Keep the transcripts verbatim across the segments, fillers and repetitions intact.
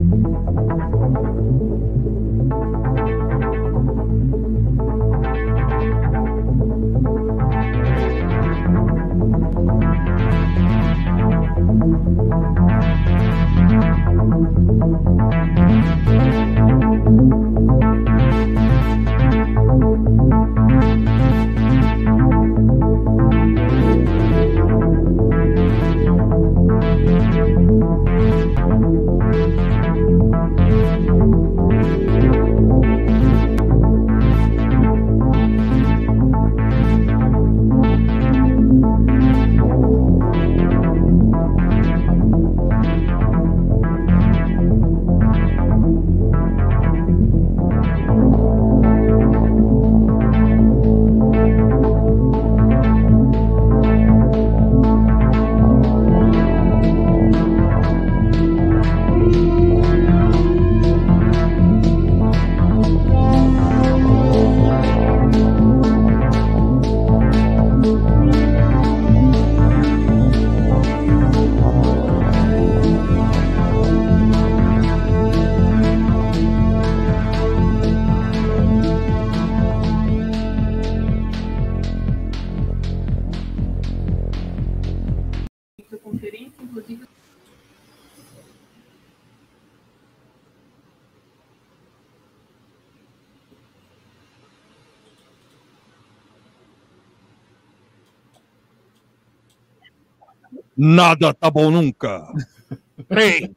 Nada tá bom nunca. Três.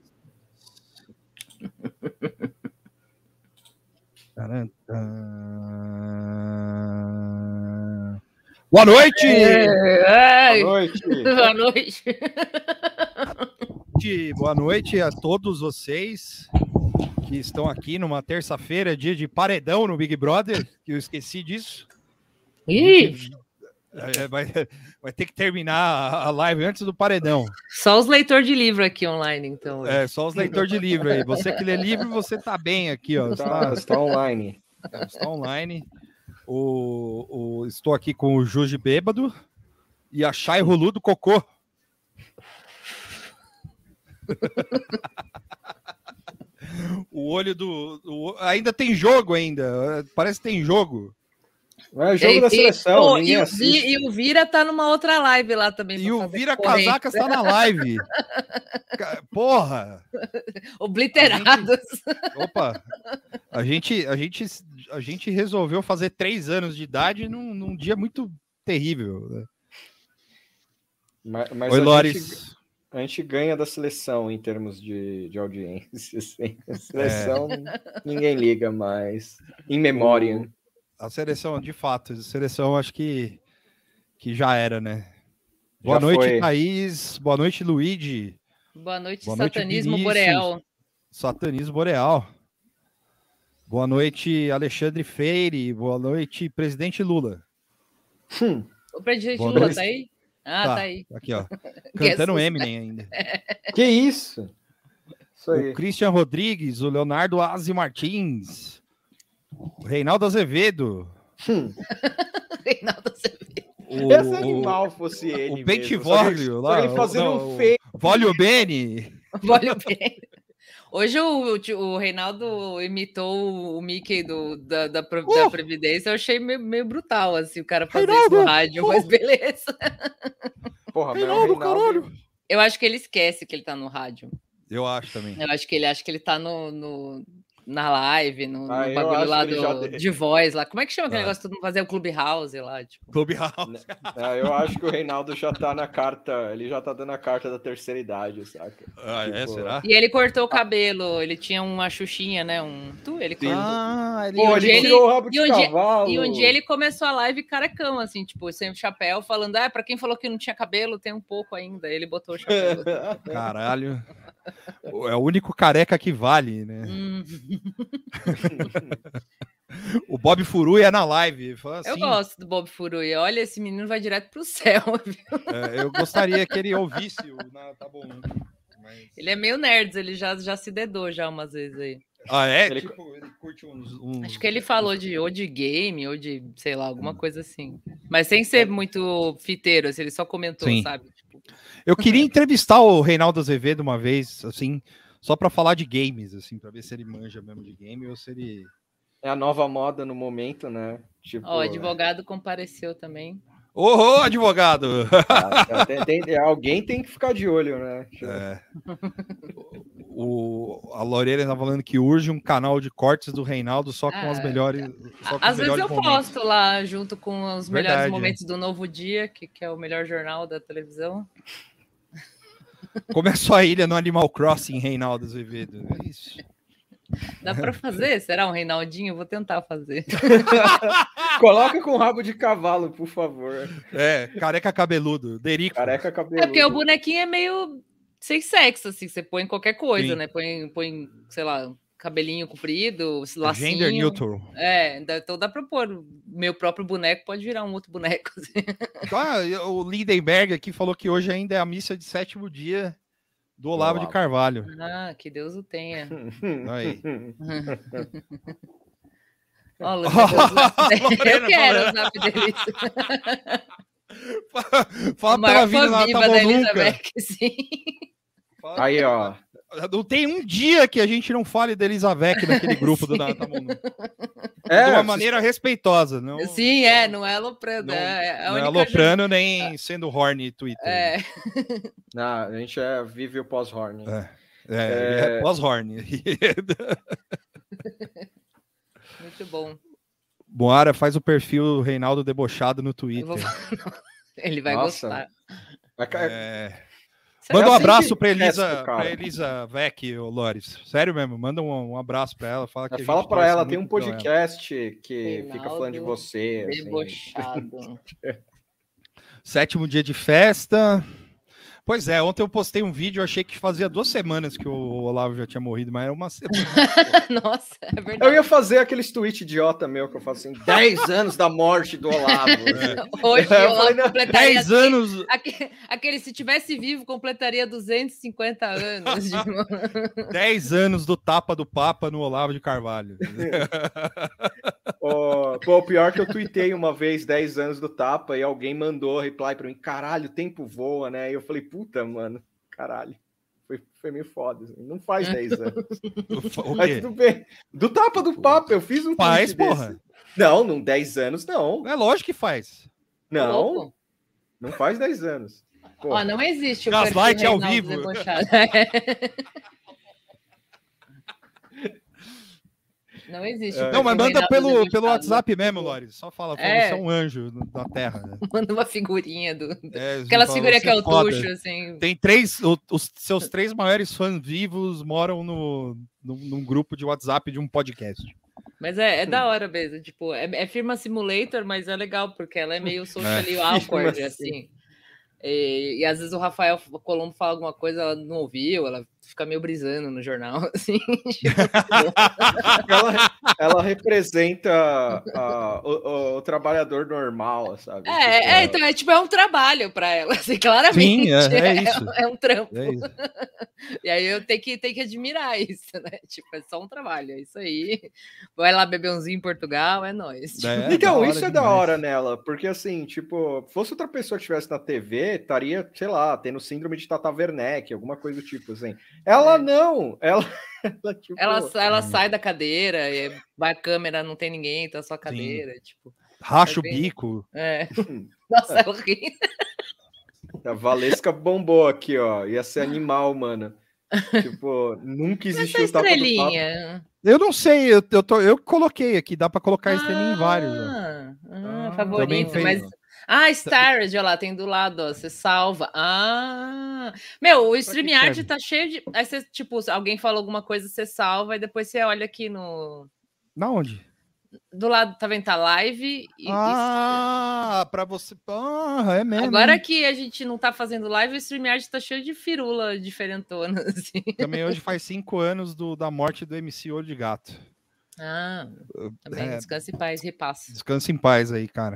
Boa noite! É, Boa noite! Boa noite! Boa noite a todos vocês que estão aqui numa terça-feira, dia de paredão no Big Brother, que eu esqueci disso. Ih! É, vai, vai ter que terminar a live antes do paredão. Só os leitores de livro aqui online, então. É, só os leitores de livro aí. Você que lê livro, você tá bem aqui, ó. Está, está online. Está online. O, o, estou aqui com o Juji Bêbado e a Chay Roludo Cocô. O olho do... O, ainda tem jogo ainda. Parece que tem jogo. É o jogo e, da seleção, e, e, o Vi, e o Vira tá numa outra live lá também. E o Vira Casacas tá na live. Porra! Obliterados. A gente, opa! A gente, a, gente, a gente resolveu fazer três anos de idade num, num dia muito terrível. Né? Mas, mas Oi, a Loris. Gente, a gente ganha da seleção em termos de, de audiência. Assim. A seleção, é. Ninguém liga mais. In memoriam. O... A seleção, de fato, a seleção acho que, que já era, né? Boa já noite, foi. Thaís. Boa noite, Luigi. Boa noite, Boa noite Satanismo Vinícius. Boreal. Satanismo Boreal. Boa noite, Alexandre Freire. Boa noite, presidente Lula. Hum. O presidente Boa Lula noite. Tá aí? Ah, tá, tá aí. Aqui, ó. Cantando Eminem ainda. Que isso? isso aí. O Christian Rodrigues, o Leonardo Aze Martins. O Reinaldo Azevedo. Hum. Reinaldo Azevedo. O, Esse animal fosse ele. O Bentivólio lá. Ele fazendo não, um feio. Vólio Bene. Vólio Bene. Hoje o, o, o Reinaldo imitou o Mickey do, da, da, da uh! Previdência. Eu achei meio, meio brutal, assim, o cara fazer Reinaldo, isso no rádio, uh! mas beleza. Porra, Reinaldo, Reinaldo, caralho. Eu acho que ele esquece que ele tá no rádio. Eu acho também. Eu acho que ele acha que ele tá no... no... na live, no, ah, no bagulho lá do, já... de voz lá. Como é que chama aquele ah. negócio de todo mundo fazer o Clubhouse lá? Tipo? Clubhouse. É, eu acho que o Reinaldo já tá na carta, ele já tá dando a carta da terceira idade, saca? Ah, tipo... é? Será? E ele cortou o cabelo, ele tinha uma xuxinha, né? Um... Tu, ele cortou. Ah, ele, Pô, ele tirou o rabo de e um cavalo. Dia... E um dia ele começou a live carecão, assim, tipo, sem chapéu, falando, ah, pra quem falou que não tinha cabelo, tem um pouco ainda. Ele botou o chapéu. Caralho. É o único careca que vale, né? Hum. O Bob Furui é na live. Assim, eu gosto do Bob Furui. Olha, esse menino vai direto pro céu. É, eu gostaria que ele ouvisse o na, tá bom. Mas... Ele é meio nerd, ele já, já se dedou já umas vezes aí. Ah, é? Ele, tipo, ele curte uns, uns... Acho que ele falou de ou de game, ou de, sei lá, alguma coisa assim. Mas sem ser muito fiteiro, assim, ele só comentou, Sim. sabe? Tipo... Eu queria entrevistar o Reinaldo Azevedo uma vez, assim, só para falar de games, assim, para ver se ele manja mesmo de game ou se ele... É a nova moda no momento, né? Tipo, ó, o advogado compareceu também. Ô, oh, advogado! Ah, tem, tem, alguém tem que ficar de olho, né? É. O, a Lorena tá falando que urge um canal de cortes do Reinaldo só com ah, as melhores. Só com às os vezes melhores eu momentos. posto lá junto com os Verdade, melhores momentos é. do Novo Dia, que, que é o melhor jornal da televisão. Começou a ilha no Animal Crossing, Reinaldo Azevedo. É isso. Dá para fazer? Será um Reinaldinho? Vou tentar fazer. Coloca com rabo de cavalo, por favor. É, careca cabeludo, Derico. Careca cabeludo. É porque o bonequinho é meio sem sexo, assim, você põe qualquer coisa, Sim. né? Põe, põe, sei lá, cabelinho comprido, lacinho. Gender neutral. É, então dá para pôr. Meu próprio boneco pode virar um outro boneco. Assim. Ah, o Lindenberg aqui falou que hoje ainda é a missa de sétimo dia do Olavo, Olavo de Carvalho. Ah, que Deus o tenha. Aí. Ó, Lu, eu quero o zap dele. Fala pela vida lá, tá bom nunca. Sim. Aí, ó. Não tem um dia que a gente não fale da Elizabeth naquele grupo do Tá Bom Nunca. É, de uma maneira respeitosa. Não, Sim, é, não é aloprando. Não é, a não é aloprando gente... nem sendo horny Twitter. É. Não, a gente é, vive o pós-horny. É, é, é pós-horny. Muito bom. Moara faz o perfil Reinaldo Debochado no Twitter. Vou... Ele vai Nossa. gostar. É... Manda um abraço para Elisa, pra Elisa Vec, ô Loris. Sério mesmo, manda um, um abraço para ela. Fala, que fala para ela, tem um podcast que Reinaldo fica falando de você. Debochado. Assim. Sétimo dia de festa. Pois é, ontem eu postei um vídeo, eu achei que fazia duas semanas que o Olavo já tinha morrido, mas era uma semana. Nossa, é verdade. Eu ia fazer aqueles tweet idiota meu que eu faço assim, dez anos da morte do Olavo. É. Hoje o Olavo falei, completaria... dez anos... Aquele, aquele, se tivesse vivo, completaria duzentos e cinquenta anos. De... dez anos do tapa do Papa no Olavo de Carvalho. Oh, pô, o pior que eu tuitei uma vez dez anos do tapa e alguém mandou reply pra mim, caralho, o tempo voa, né? E eu falei, puta, mano, caralho. Foi, foi meio foda, assim. Não faz dez anos. O Mas tudo bem. Do tapa do Papa, eu fiz um faz, porra. Desse. Não, não dez anos, não. É lógico que faz. Não, Louco. Não faz dez anos. Ó, não existe o Gaslight ao vivo. Não existe. É. Não, mas manda pelo, pelo WhatsApp mesmo, Loris. Só fala, fala é. Você é um anjo da Terra. Né? Manda uma figurinha do. É, Aquela figurinha que é o tucho, assim. Tem três. O, os seus três maiores fãs vivos moram no, no, num grupo de WhatsApp de um podcast. Mas é, é da hora mesmo. Tipo, é, é firma simulator, mas é legal, porque ela é meio socially é. awkward, assim. E, e às vezes o Rafael Colombo fala alguma coisa, ela não ouviu, ela fica meio brisando no jornal, assim. ela, ela representa a, o, o, o trabalhador normal, sabe? É, tipo, é, é, então é tipo, é um trabalho para ela, assim, claramente. Sim, é, é isso. É, é um trampo. É isso. E aí eu tenho que, tenho que admirar isso, né? Tipo, é só um trabalho, é isso aí. Vai lá beber umzinho em Portugal, é nóis. É, então, isso é demais. Da hora nela, porque assim, tipo, fosse outra pessoa que estivesse na T V, estaria, sei lá, tendo síndrome de Tata Werneck, alguma coisa do tipo, assim. Ela é. não, ela... Ela, tipo... ela, ela sai da cadeira, vai a câmera, não tem ninguém, tá só a cadeira, Sim. tipo... Racha é bem... o bico. É. Nossa, ela ri. A Valesca bombou aqui, ó, ia ser animal, mano. Tipo, nunca existiu o tapa do Papa. Eu não sei, eu, eu, tô, eu coloquei aqui, dá pra colocar ah, estrelinha em vários. Ah, ah, favorito, mas... Ah, Starred, olha lá, tem do lado, ó, você salva. Ah, meu, o StreamYard tá cheio de... Aí você, tipo, alguém falou alguma coisa, você salva, e depois você olha aqui no... Na onde? Do lado, tá vendo? Tá live. E, ah, e... pra você... Ah, é mesmo. Agora que a gente não tá fazendo live, o StreamYard tá cheio de firula diferentona, assim. Também hoje faz cinco anos do, da morte do M C Olho de Gato. Ah, também, é... descanse em paz, repasse. Descanse em paz aí, cara.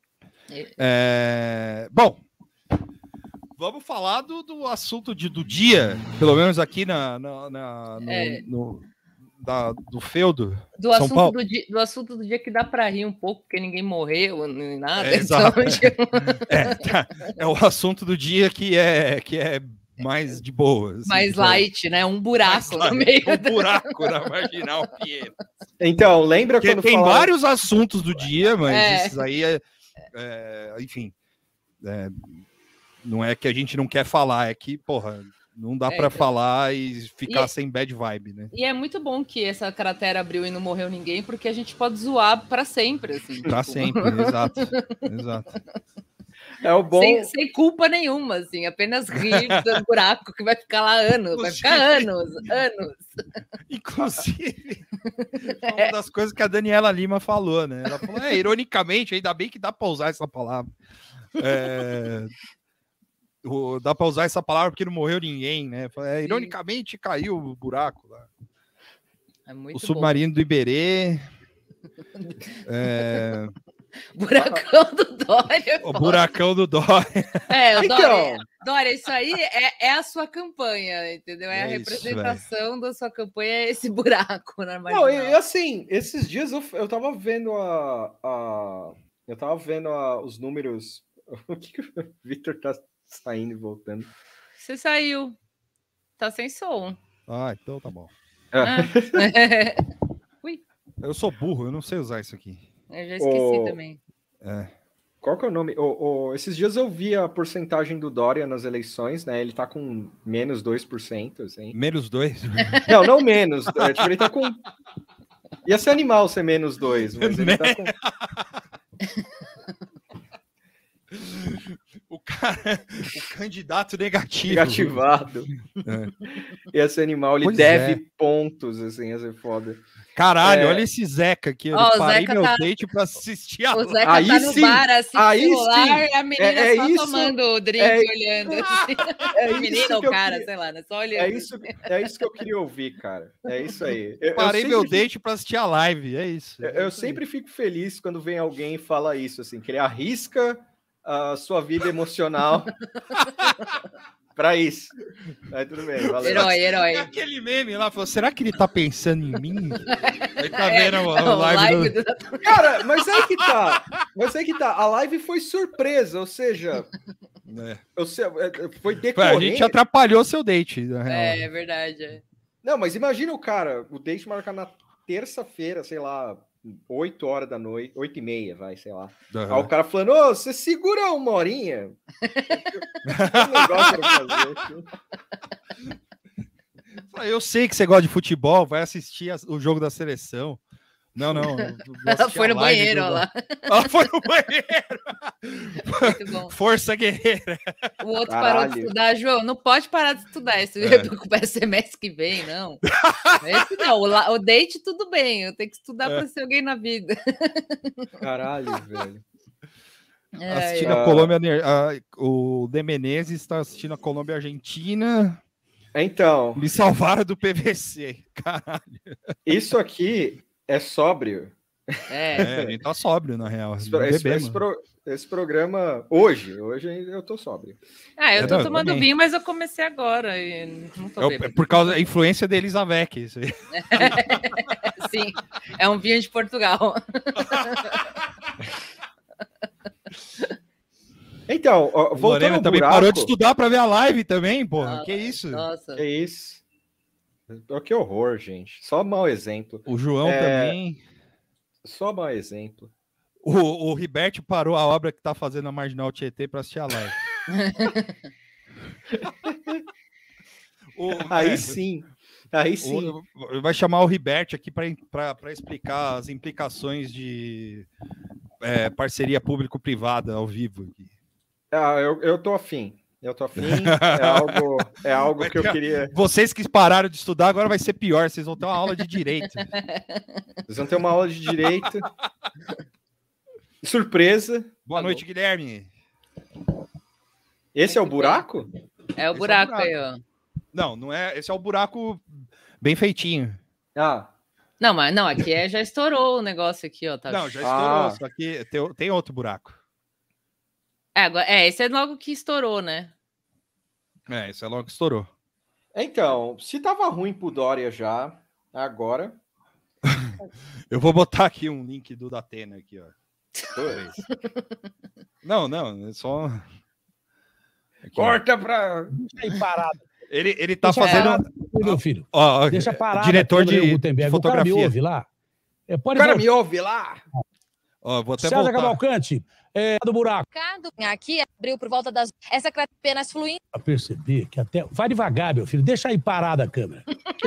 É... Bom, vamos falar do, do assunto de, do dia, pelo menos aqui na, na, na no, é. no, da, do feudo. Do São assunto Paulo. do, dia, do assunto do dia que dá para rir um pouco, porque ninguém morreu, nem nada. É, então, é, tá. É o assunto do dia que é, que é mais de boa. Assim, mais light, né? Um buraco no meio. Um buraco na Marginal Pinheiros. Então, lembra Porque quando tem falaram... vários assuntos do dia, mas É. esses aí, é, é, enfim, é, não é que a gente não quer falar, é que, porra, não dá É, pra então. falar e ficar E- sem bad vibe, né? E é muito bom que essa cratera abriu e não morreu ninguém, porque a gente pode zoar pra sempre, assim. Pra tipo, sempre, exato. Exato. É o bom... Sem, sem culpa nenhuma, assim, apenas rir do buraco que vai ficar lá anos, vai ficar anos, anos. Inclusive, foi uma das coisas que a Daniela Lima falou, né? Ela falou, é, ironicamente, ainda bem que dá pra usar essa palavra. É, o- dá pra usar essa palavra porque não morreu ninguém, né? É, ironicamente, caiu o buraco lá. É muito O submarino do Iberê. É, bom. Buracão do Dória. o buracão do Dória. É, o Então. Dória, Dória, isso aí é, é a sua campanha, entendeu? É, É a isso, representação da sua campanha, é esse buraco na Não, marginal. e assim, esses dias eu, eu tava vendo a, a eu tava vendo a, os números. O que, que o Victor tá saindo e voltando? Você saiu. Tá sem som. Ah, então tá bom. Ah. Eu sou burro, eu não sei usar isso aqui. Eu já esqueci Ô, também. É. Qual que é o nome? O, o- esses dias eu vi a porcentagem do Dória nas eleições, né? Ele tá com menos dois por cento, assim. Menos dois. Não, não menos. É, tipo, ele tá com. Ia ser animal ser menos dois, mas ele tá com. O cara, o candidato negativo. Negativado. É. Ia ser animal, ele Pois deve é. pontos, assim, ia ser foda. Caralho, É. olha esse Zeca aqui. Eu Ó, o parei Zeca meu tá- date pra assistir a O live. Zeca Aí tá no sim, bar, assim, com o aí celular, sim. e a menina É- é só isso- tomando o drink, é- olhando. Assim. É A menina isso ou que o eu cara, queria- sei lá, né? Só olhando. É isso, é isso que eu queria ouvir, cara. É isso aí. Eu, eu Parei meu sempre date pra assistir a live. É isso. fico- É eu, eu isso aí. sempre fico feliz quando vem alguém e fala isso, assim, que ele arrisca a sua vida emocional pra isso. Aí tudo bem, valeu. Herói, É herói. aquele meme lá, falou, será que ele tá pensando em mim? Aí tá É, vendo a, a não, live, live do... do- Cara, mas aí que tá. Mas aí que tá. A live foi surpresa, ou seja, É. ou seja é, foi Ué, a decorrente. gente atrapalhou seu date, na real. É, é verdade. é. Não, mas imagina o cara, o date marcar na terça-feira, sei lá, oito horas da noite, oito e meia, vai, sei lá. Aham. Aí o cara falando, ô, você segura uma horinha? Tem um negócio pra fazer aqui. Eu sei que você gosta de futebol, vai assistir a- o jogo da seleção. Não, não. eu vou Ela assistir foi a no live banheiro do- lá. Ela foi no banheiro. Muito bom. Força guerreira. O outro parou de Caralho. estudar. João, não pode parar de estudar. Esse É. é. semestre que vem, não. Esse não. O, la- o date, tudo bem. Eu tenho que estudar É. para ser alguém na vida. Caralho, velho. É, Assistindo é. a Colômbia. a- o De Menezes está assistindo a Colômbia Argentina. Então, Me salvaram do P V C. Caralho. isso aqui é sóbrio. é. É, a gente tá sóbrio, na real. Esse, Não esse- bebemos. esse pro- esse programa, hoje, hoje eu tô sóbrio. Ah, eu É, tô não, tomando também. vinho, mas eu comecei agora e não tô É o- bêbada. é por causa da influência da Elizabeth. Isso aí. Sim, é um vinho de Portugal. Então, ó, voltando Lorena ao também buraco, parou de estudar pra ver a live também, porra. Ah, que isso? Nossa. que isso? Oh, que horror, gente. Só mau exemplo. O João É. também. Só mau exemplo. O, o Riberto parou a obra que tá fazendo na Marginal Tietê pra assistir a live. O- Aí é, sim. Aí sim. o- vai chamar o Riberto aqui para explicar as implicações de é, parceria público-privada ao vivo. Aqui. Ah, eu, eu tô afim. Eu tô afim. É algo, é algo Vai que eu ter- queria. Vocês que pararam de estudar, agora vai ser pior. Vocês vão ter uma aula de direito. Vocês vão ter uma aula de direito. Surpresa. Boa Tá noite, bom. Guilherme. Esse é o Muito buraco? É o Esse buraco é o aí, ó. Não, não é. Esse é o buraco bem feitinho. Ah, Não, mas não, aqui é, já estourou o negócio aqui, ó. Tá... Não, já estourou. Ah. Só que tem, tem outro buraco. É, agora, é, esse é logo que estourou, né? É, esse é logo que estourou. então, se tava ruim pro Dória já, agora. Eu vou botar aqui um link do Datena aqui, ó. Dois. Não, não, é só. Aqui. Corta pra... Deixa aí parado. Ele, ele tá Deixa fazendo... parado, meu filho. Ó, ó, Deixa parado. diretor de, de fotografia. O cara me ouve lá. É, pode o cara voltar. me ouve lá. Ó, vou até César voltar. Cavalcante, é, do buraco. Aqui abriu por volta das... Essa apenas fluindo. Pra perceber que até... Vai devagar, meu filho. Deixa aí parada a câmera.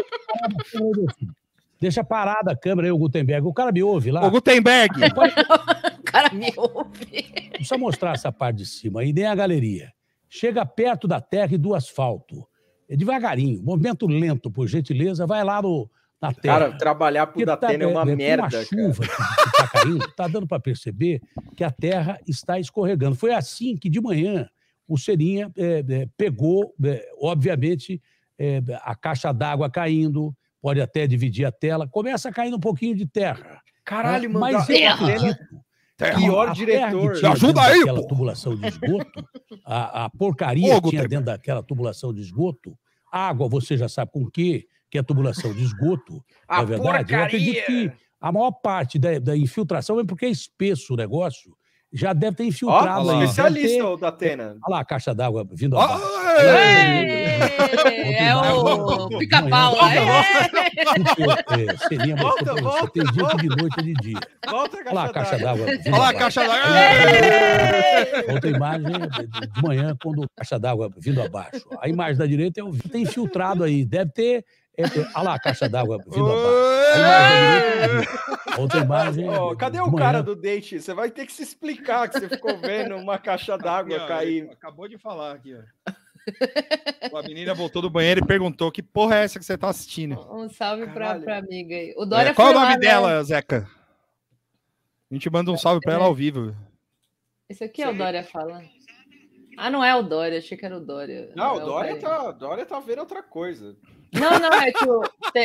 Deixa parada a câmera aí, o Gutenberg. O cara me ouve lá. Ô, Gutenberg! O cara me ouve. Não precisa mostrar essa parte de cima aí, nem a galeria. Chega perto da terra e do asfalto. É devagarinho, movimento lento, por gentileza. Vai lá no, na terra. Cara, trabalhar pro Datena é uma é, merda, uma cara. chuva que, que tá caindo, tá dando para perceber que a terra está escorregando. Foi assim que, de manhã, o Serinha é, é, pegou, é, obviamente, é, a caixa d'água caindo, pode até dividir a tela, começa caindo um pouquinho de terra. Caralho, né? mano. Mas eu acredito. Pior A diretor. terra que tinha Ajuda dentro aí, daquela pô. tubulação de esgoto, a, a porcaria Ô, que tinha Gutenberg. dentro daquela tubulação de esgoto, água, você já sabe com que, que é tubulação de esgoto, A na verdade. Eu acredito porcaria. que a maior parte da, da infiltração é porque é espesso o negócio, já deve ter infiltrado Ó, aí. especialista, Deve o ter- Datena. Olha lá a caixa d'água vindo Ó, abaixo. Ei, é o pica-pau lá. É, é, seria Volta, você, volta, tem dia volta. que de noite e de dia. Volta a Olha lá a caixa d'água. d'água vindo Olha lá a abaixo. caixa da... Outra imagem é de de manhã, quando a caixa d'água vindo abaixo. A imagem da direita é o tem infiltrado aí. Deve ter. É, é, olha lá a caixa d'água vindo abaixo. A imagem da direita é o outra imagem. é Ó, de- cadê de o manhã. cara do date? Você vai ter que se explicar que você ficou vendo uma caixa Aqui, d'água ó, cair. acabou de falar aqui, ó. A menina voltou do banheiro e perguntou que porra é essa que você tá assistindo. Um salve pra, Caralho. pra amiga aí. O Dória É, qual é o foi nome lá, né? dela, Zeca? A gente manda um salve pra ela ao vivo. Esse aqui é o Dória falando. Ah, não é o Dória, achei que era o Dória. Não, É o Dória Dória. tá, Dória tá vendo outra coisa. Não, não, é que o. tem-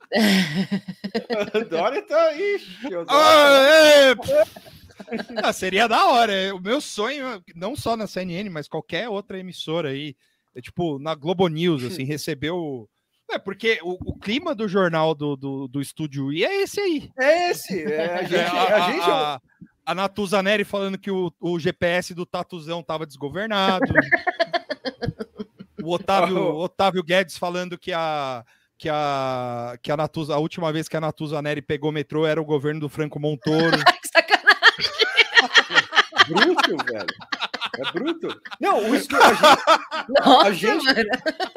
O Dória tá. Ixi, o Dória... Ah, é! Ah, seria da hora. é, O meu sonho, não só na C N N, mas qualquer outra emissora aí, é tipo na Globo News, assim, recebeu. É, porque o, o clima do jornal do, do, do Estúdio I é esse aí. É esse. É, a gente. É, a, A gente a, a Natuza Neri falando que o, o G P S do Tatuzão tava desgovernado. O Otávio, o Otávio Guedes falando que a. Que a, que a Natuza, a última vez que a Natuza Neri pegou metrô era o governo do Franco Montoro. Que sacanagem. bruto, velho. É bruto. Não, o estu... a gente, Nossa, a gente, mano.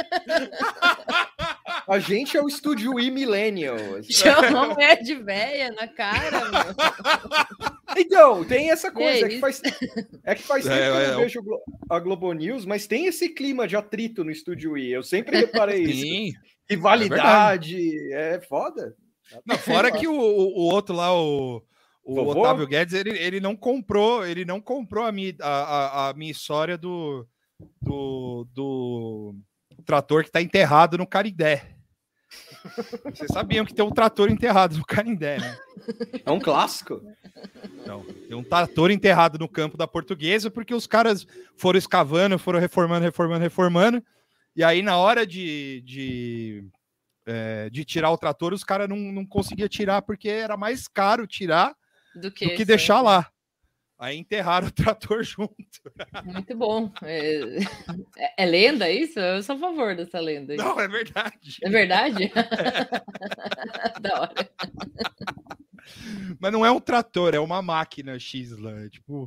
a gente é o Estúdio I Millennial. Chama uma mulher de véia na cara, mano. Então, tem essa coisa, É é que faz, é que faz É, tempo que eu é, não é. vejo o Glo- a Globo News, mas tem esse clima de atrito no Estúdio I. Eu sempre reparei isso. Sim. Rivalidade, é, foda. Não, fora que o, o outro lá, o, o Vovô? Otávio Guedes, ele, ele não comprou, ele não comprou a minha, a, a, a minha história do, do, do trator que está enterrado no Canindé. Vocês sabiam que tem um trator enterrado no Canindé, né? É um clássico. Então, tem um trator enterrado no campo da Portuguesa, porque os caras foram escavando, foram reformando, reformando, reformando, e aí na hora de, de, é, de tirar o trator, os caras não, não conseguiam tirar, porque era mais caro tirar Do que, do que isso, deixar é. lá. Aí enterraram o trator junto. Muito bom. É... é- é lenda isso? Eu sou a favor dessa lenda aí. Não, é verdade. É verdade? Da hora. Mas não é um trator, é uma máquina X lá. é Tipo,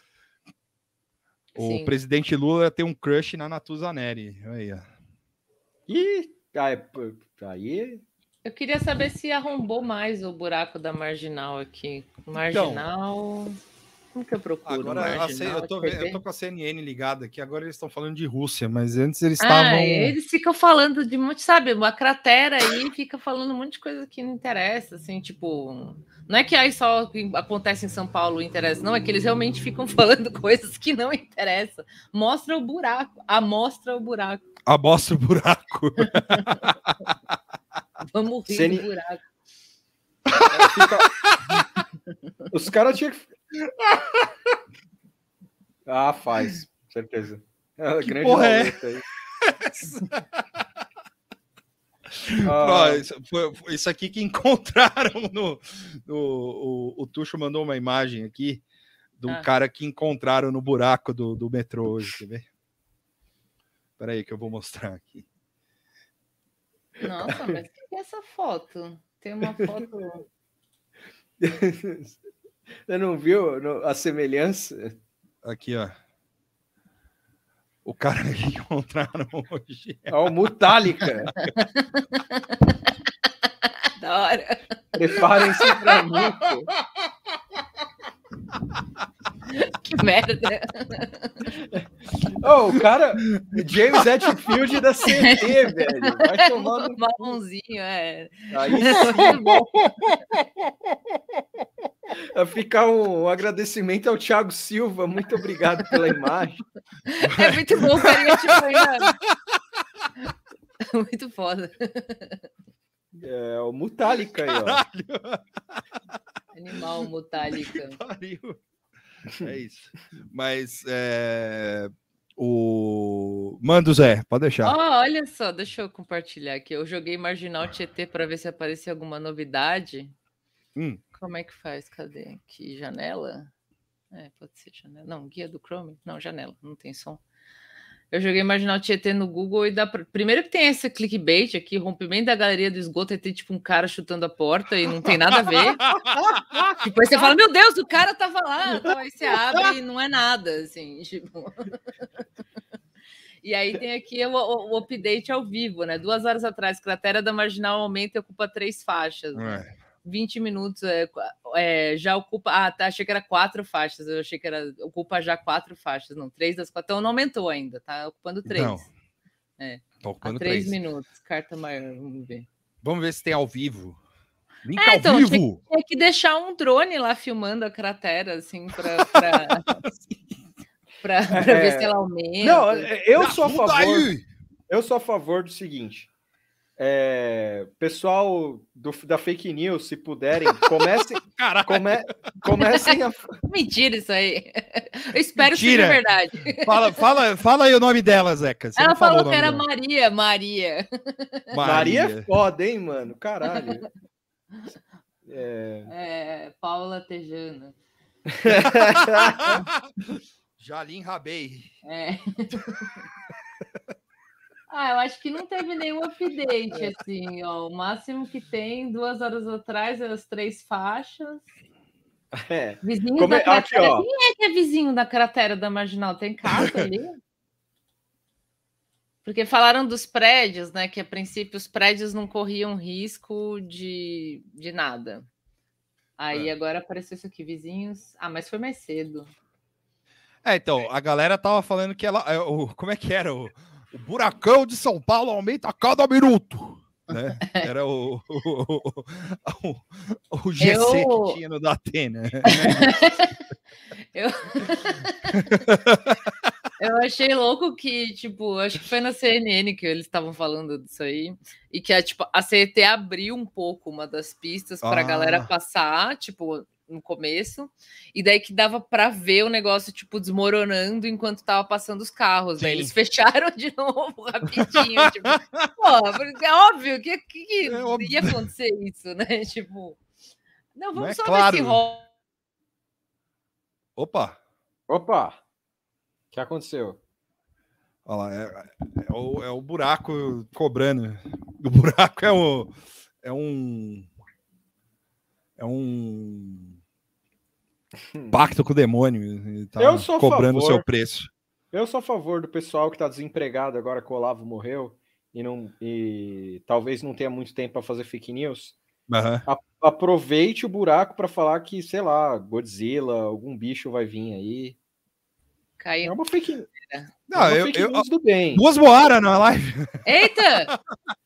o Sim. presidente Lula tem um crush na Natuza Neri. Aí, ó. Ih, aí, pô, aí Eu queria saber se arrombou mais o buraco da Marginal aqui. Marginal... Como que eu procuro Agora, a Marginal? C- eu, tô, T V? vendo- eu tô com a C N N ligada aqui, agora eles estão falando de Rússia, mas antes eles Ah, estavam. eles ficam falando de muito, sabe, uma cratera aí, fica falando um monte de coisa que não interessa, assim, tipo, não é que aí só o que acontece em São Paulo interessa, não, é que eles realmente ficam falando coisas que não interessam. Mostra o buraco, amostra o buraco. Amostra o buraco. Vamos rir C N do buraco. fica... Os caras tinham que. Ah, faz, certeza. É, Que grande porra é roleta aí. Ó, Ah, isso, foi- foi isso aqui que encontraram no. no o, o Tuxo mandou uma imagem aqui do Ah. cara que encontraram no buraco do, do metrô hoje, quer ver? Espera aí que eu vou mostrar aqui. Nossa, mas o que é essa foto? Tem uma foto... Você não viu a semelhança? Aqui, ó. O cara que encontraram hoje. Ó, o Mutálica. Da hora. Preparem-se para muito. Que merda. Oh, o cara, James Hetfield da C T, velho. Vai tomar no marronzinho, é. Aí sim, bom. Vai ficar um, um agradecimento ao Thiago Silva. Muito obrigado pela imagem. É muito bom, carinha, tipo, ainda... Muito foda. É o Mutálica aí, ó. Animal Mutálica. É isso. Mas é... o Manda o Zé, pode deixar. Oh, olha só, deixa eu compartilhar aqui. Eu joguei Marginal Tietê para ver se aparecia alguma novidade. Hum. Como é que faz? Cadê? Aqui, janela? É, pode ser janela. Não, guia do Chrome? Não, janela, não tem som. Eu joguei Marginal Tietê no Google e dá pra... Primeiro que tem esse clickbait aqui, rompimento da galeria do esgoto, e tem tipo um cara chutando a porta e não tem nada a ver. Depois você fala, meu Deus, o cara tava lá. Então, aí você abre e não é nada, assim, tipo... E aí tem aqui o, o, o update ao vivo, né? Duas horas atrás, cratera da Marginal aumenta e ocupa três faixas. Né? É. vinte minutos é, é, já ocupa. Ah, tá. Achei que era quatro faixas. Eu achei que era. Ocupa já quatro faixas. Não, três das quatro. Então não aumentou ainda, tá ocupando três. Não. É. Tá ocupando Há três, três minutos. Carta maior, vamos ver. Vamos ver se tem ao vivo. Link é, ao então, vivo! Tinha, tinha que deixar um drone lá filmando a cratera, assim, para. Pra... Para é... ver se ela aumenta. Não, eu sou a favor. Aí. Eu sou a favor do seguinte. É, pessoal do, da fake news, se puderem, comecem, come, comecem a... Mentira isso aí. Eu espero que seja verdade. Fala, fala, fala aí o nome dela, Zeca. Você Ela falou, falou que era dela. Maria, Maria. Maria é foda, hein, mano? Caralho. É, é Paula Tejana. Jalim Rabei. É. Ah, eu acho que não teve nenhum update, assim, ó. O máximo que tem, duas horas atrás, as três faixas. É. Vizinho Como da é... cratera. Aqui, ó. Quem é que é vizinho da cratera da Marginal? Tem casa ali? Porque falaram dos prédios, né? Que a princípio os prédios não corriam risco de, de nada. Aí é. agora apareceu isso aqui, vizinhos. Ah, mas foi mais cedo. É, então, a galera tava falando que ela. O, como é que era? O, o buracão de São Paulo aumenta a cada minuto. Né? Era o, o, o, o G C eu... que tinha no Datena. eu... eu achei louco que, tipo, acho que foi na C N N que eles estavam falando disso aí, e que a, tipo, a C E T abriu um pouco uma das pistas para a ah. galera passar, tipo, no começo, e daí que dava para ver o negócio, tipo, desmoronando enquanto tava passando os carros. Daí eles fecharam de novo rapidinho. Tipo, pô, é óbvio que, que, que é óbvio. Ia acontecer isso, né? Tipo, não, vamos não é só claro. ver se rola. Opa! Opa! O que aconteceu? Olha lá, é, é, o, é o buraco cobrando. O buraco é, o, é um. É um. Pacto com o demônio. Tá eu sou cobrando o seu preço. Eu sou a favor do pessoal que está desempregado agora que o Olavo morreu e, não, e talvez não tenha muito tempo para fazer fake news. Uhum. A, aproveite o buraco para falar que, sei lá, Godzilla, algum bicho vai vir aí. Caiu. É uma fake news. Não, é uma eu, fake eu, news do bem. Duas Moara na live. Eita!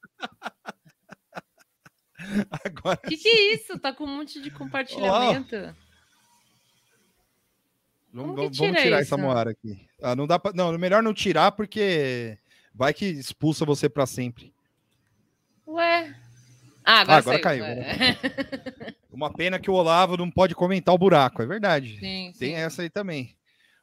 Agora que que é isso? Tá com um monte de compartilhamento. Oh. Vamos, vamos tirar isso? essa Moara aqui. Ah, não dá pra... Não, melhor não tirar porque vai que expulsa você para sempre. Ué. Ah, agora, ah, agora caiu. Ué. Uma pena que o Olavo não pode comentar o buraco, é verdade. Sim, Tem sim. essa aí também.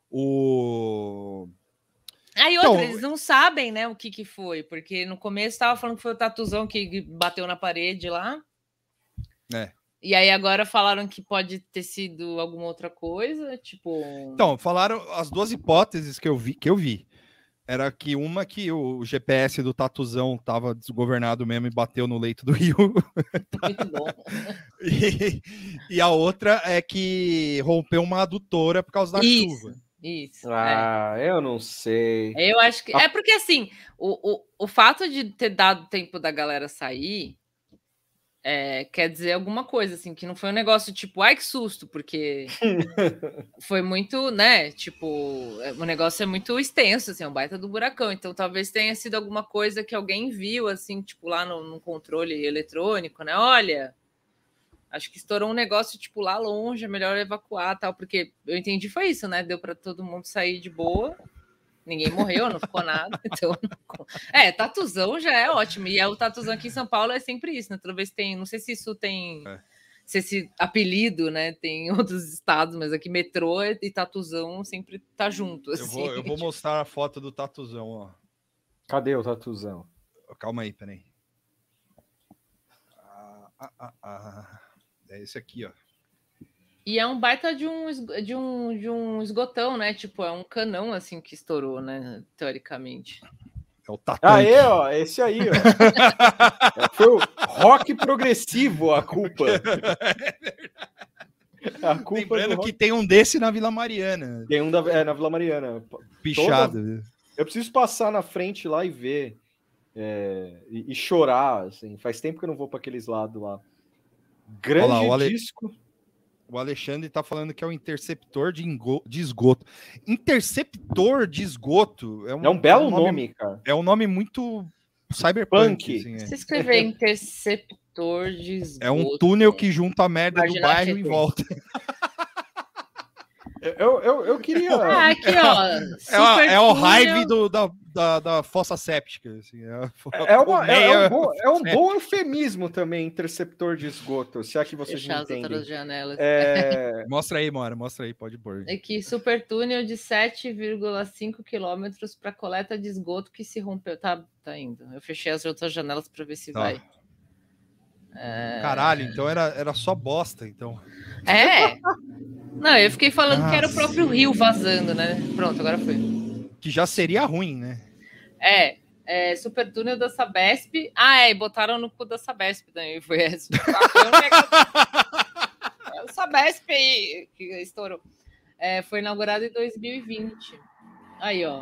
O Aí ah, outra, então, eles não sabem, né, o que que foi, porque no começo estava falando que foi o Tatuzão que bateu na parede lá. É. E aí agora falaram que pode ter sido alguma outra coisa, tipo... Então, falaram as duas hipóteses que eu vi, que eu vi. era que uma que o G P S do Tatuzão tava desgovernado mesmo e bateu no leito do rio. Muito bom. E, e a outra é que rompeu uma adutora por causa da Isso. chuva. Isso. Ah, é. eu não sei. Eu acho que. É porque assim, o, o, o fato de ter dado tempo da galera sair é, quer dizer alguma coisa, assim, que não foi um negócio tipo, ai que susto, porque foi muito, né? Tipo, o negócio é muito extenso, assim, é um baita do buracão. Então, talvez tenha sido alguma coisa que alguém viu, assim, tipo, lá no, no controle eletrônico, né? Olha. Acho que estourou um negócio, tipo, lá longe, é melhor evacuar, tal, porque eu entendi foi isso, né? Deu para todo mundo sair de boa, ninguém morreu, não ficou nada, então... É, Tatuzão já é ótimo, e é o Tatuzão aqui em São Paulo é sempre isso, né? Toda vez tem, não sei se isso tem, é. se esse apelido, né, tem em outros estados, mas aqui metrô e Tatuzão sempre tá junto, assim. Eu vou, eu vou tipo... mostrar a foto do Tatuzão, ó. Cadê o Tatuzão? Calma aí, peraí. Ah, ah, ah, ah. É esse aqui, ó. E é um baita de um, de, um, de um esgotão, né? Tipo, é um canão, assim, que estourou, né? Teoricamente. É o Tatanque. Aí, ó. Esse aí, ó. Foi o rock progressivo a culpa. A culpa Lembrando que tem um desse na Vila Mariana. Tem um da, é, na Vila Mariana. Pichado. Toda... Eu preciso passar na frente lá e ver. É... E, e chorar, assim. Faz tempo que eu não vou para aqueles lados lá. Grande lá, o Ale... disco. O Alexandre tá falando que é o interceptor de, ingo... de esgoto. Interceptor de esgoto é um, é um belo é um nome, nome, cara. É um nome muito cyberpunk. Assim, é. Se escrever interceptor de esgoto. É um túnel que junta a merda do bairro em volta. Eu, eu, eu queria. Ah, aqui, ó. É, é o raiva do, da, da, da fossa séptica. Assim, é, é, uma, é, é, um bom, é um bom eufemismo também, interceptor de esgoto, se é que vocês não entendem. Janelas. É... Mostra aí, Mora, mostra aí, pode pôr. Aqui, super túnel de sete vírgula cinco quilômetros para coleta de esgoto que se rompeu. Tá, tá indo. Eu fechei as outras janelas para ver se tá. vai. É... Caralho, então era, era só bosta, então. É. Não, eu fiquei falando ah, que era o próprio rio vazando, né? Pronto, agora foi. Que já seria ruim, né? É, é super túnel da Sabesp. Ah, é, e botaram no cu da Sabesp também. Foi esse. É o Sabesp aí que estourou. É, foi inaugurado em dois mil e vinte. Aí, ó.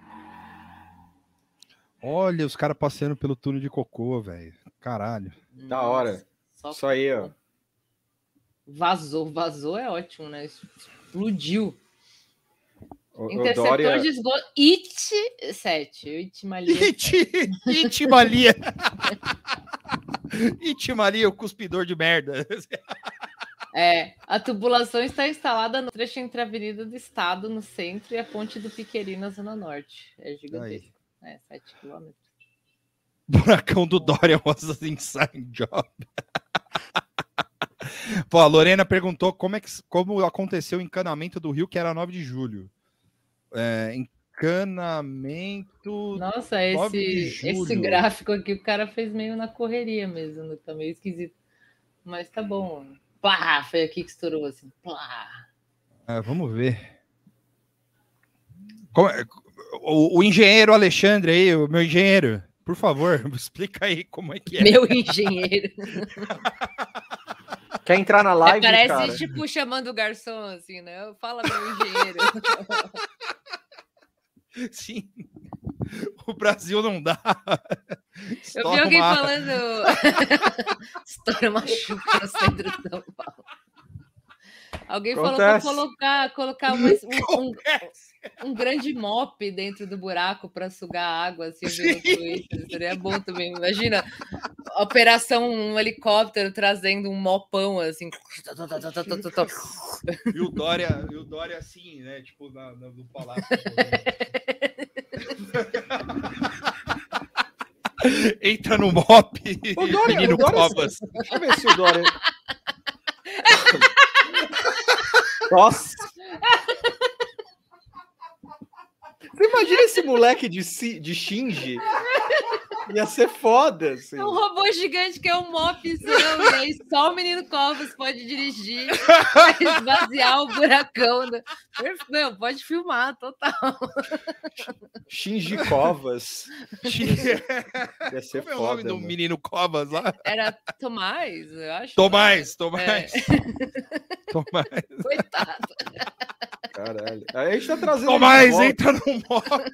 Olha, os caras passeando pelo túnel de cocô, velho. Caralho. Da hora. Só Isso aí, ó. Vazou, vazou é ótimo, né? Explodiu. O, Interceptor o Dória... de esgoto. I T sete. Itimalia. Itimalia. Itimalia, o cuspidor de merda. É, a tubulação está instalada no trecho entre a Avenida do Estado, no centro, e a Ponte do Piqueri, na Zona Norte. É gigantesco. É, sete quilômetros. Buracão do Dória was inside job. Pô, a Lorena perguntou como, é que, como aconteceu o encanamento do rio, que era nove de julho. É, encanamento... Nossa, esse, esse gráfico aqui o cara fez meio na correria mesmo, né? Tá meio esquisito. Mas tá bom. Plá, foi aqui que estourou, assim. Plá. É, vamos ver. Como, o, o engenheiro Alexandre aí, o meu engenheiro, por favor, explica aí como é que é. Meu engenheiro. Quer entrar na live, Parece, cara? tipo, chamando o garçom, assim, né? Fala, meu engenheiro. Sim. O Brasil não dá. Eu vi alguém uma... falando... Estoura uma chuva no centro de São Paulo. Alguém Acontece. falou para colocar, colocar uma, um, um, um grande mop dentro do buraco para sugar a água, assim, eu vi no Twitter. Seria bom também. Imagina a operação, um helicóptero trazendo um mopão, assim. E o Dória, e o Dória assim, né? Tipo, na, na, no palácio. Entra no mop. O Dória, menino o Dória, Cobas. Deixa eu ver se o Dória... Nossa! Você imagina esse moleque de, de Shinji Ia ser foda, assim. É um robô gigante que é um mop seu, e aí só o menino Covas pode dirigir, esvaziar o buracão. Da... Meu, pode filmar, total. Shinji Covas. Ia ser Como é o foda. nome do mano. menino Covas lá? Era Tomás, eu acho. Tomás, Tomás. É. Tomás. Coitado. Caralho. Aí a gente tá trazendo. Tomás, de volta. entra no mop.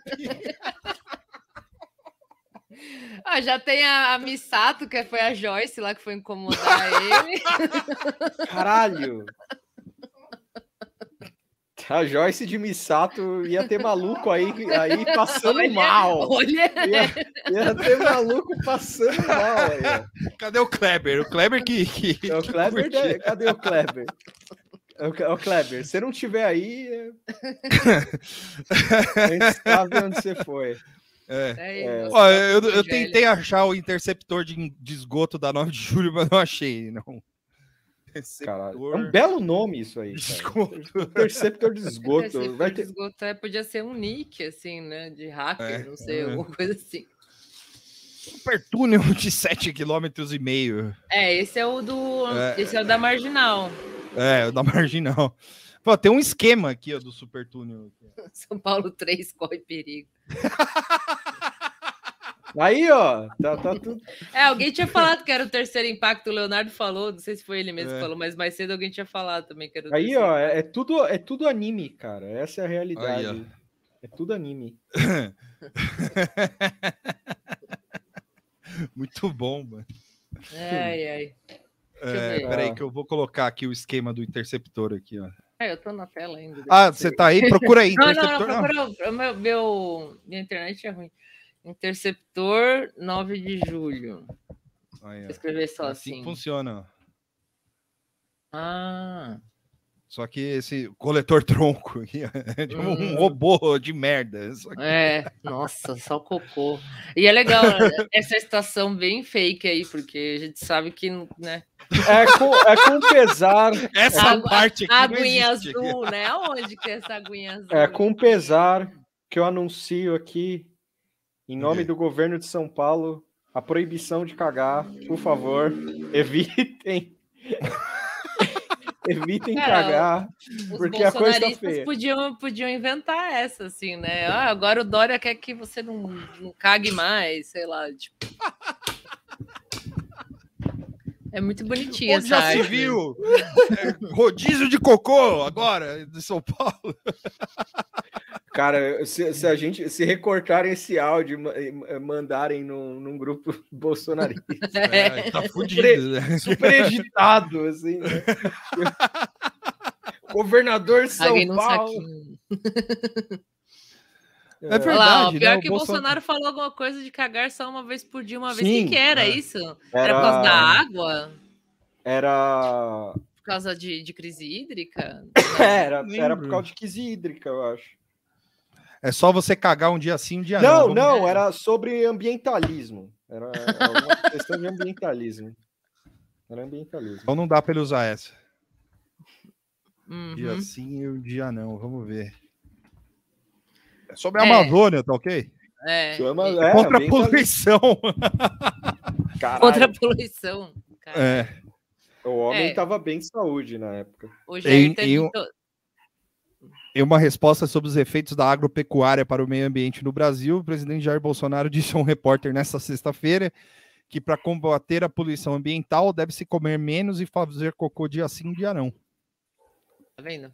Ah, já tem a, a Misato, que foi a Joyce lá que foi incomodar ele. Caralho. A Joyce de Misato ia ter maluco aí, aí passando Olha, mal. Olha, Ia, ia ter maluco passando mal aí. Cadê o Kleber? O Kleber que. que É o que Kleber, curte. da- cadê o Kleber? É o, é o Kleber, se não tiver aí, é- a gente sabe onde você foi. É. é, É. isso. Ó, eu, eu Velho. tentei achar o interceptor de, de esgoto da nove de julho, mas não achei, não. Caralho. É um belo nome isso aí. de Cara. esgoto. Interceptor de esgoto. Interceptor Vai de ter... esgoto, é, podia ser um nick, assim, né? De hacker, É, não sei, é. alguma coisa assim. Super túnel de sete quilômetros e meio. É, esse é o do. É. Esse é o da Marginal. É, o da Marginal. Pô, tem um esquema aqui, ó, do super túnel. São Paulo três corre perigo. Aí, ó, tá, tá tudo. É, alguém tinha falado que era o terceiro impacto, o Leonardo falou, não sei se foi ele mesmo É. que falou, mas mais cedo alguém tinha falado também que era o Aí, terceiro ó, é, é tudo, é tudo anime, cara. Essa é a realidade. Aí, é tudo anime. Muito bom, mano. Ai, ai. Deixa eu É, ver. peraí Ah. que eu vou colocar aqui o esquema do interceptor aqui, ó. Ah, eu tô na tela ainda. Ah, você tá aí? Procura aí, Não, não, interceptor. não, Não, procura, o meu, meu, minha internet é ruim. Interceptor nove de julho. Aí, ó. Vou escrever só É assim assim. que funciona, ó. Ah, Só que esse coletor tronco aqui ó, é tipo um Hum. robô de merda. Só que- é. Nossa, só cocô. E é legal né, essa estação bem fake aí, porque a gente sabe que, né? É com, é com pesar. Essa Água- parte aqui A não aguinha existe. azul, né? Aonde que é essa aguinha azul? É com pesar que eu anuncio aqui, em nome Ok. do governo de São Paulo, a proibição de cagar. Por favor, evitem. Evitem Cara, cagar. Os Porque a coisa tá bolsonaristas feia. podiam, podiam inventar essa, assim, né? Ah, agora o Dória quer que você não, não cague mais, sei lá, tipo. É muito bonitinha Onde essa já se arte. viu? É, rodízio de cocô agora, de São Paulo. Cara, se, se a gente se recortarem esse áudio e ma- e mandarem num, num grupo bolsonarista, É, tá fudido, né? super editado, assim. Né? Governador de São Caguei num Paulo. saquinho. É Olha verdade, lá, ó, pior né? que o Bolsonaro falou alguma coisa de cagar só uma vez por dia, uma vez. O Sim, que, que era é. isso? Era por causa da água? Era. Por causa de, de crise hídrica? Era, Não era lembro. por causa de crise hídrica, eu acho. É só você cagar um dia sim, um dia Não, não. não, Vamos- era sobre ambientalismo. Era uma questão de ambientalismo. Era ambientalismo. Então não dá pra ele usar essa. Uhum. Dia sim e um dia não. Vamos ver. É sobre a É. Amazônia, tá ok? É, Chama- e- é, Contra a ambientalismo. poluição. Caralho, contra a poluição. Cara. É. o homem É. estava bem de saúde na época. O Jair Em- teve em um- to- Em uma resposta sobre os efeitos da agropecuária para o meio ambiente no Brasil, o presidente Jair Bolsonaro disse a um repórter nesta sexta-feira que para combater a poluição ambiental deve-se comer menos e fazer cocô dia sim, dia não. Tá vendo?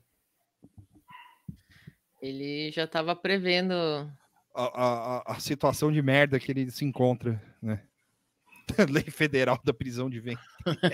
Ele já estava prevendo. A, a- a situação de merda que ele se encontra, né? Lei Federal da Prisão de Ventre.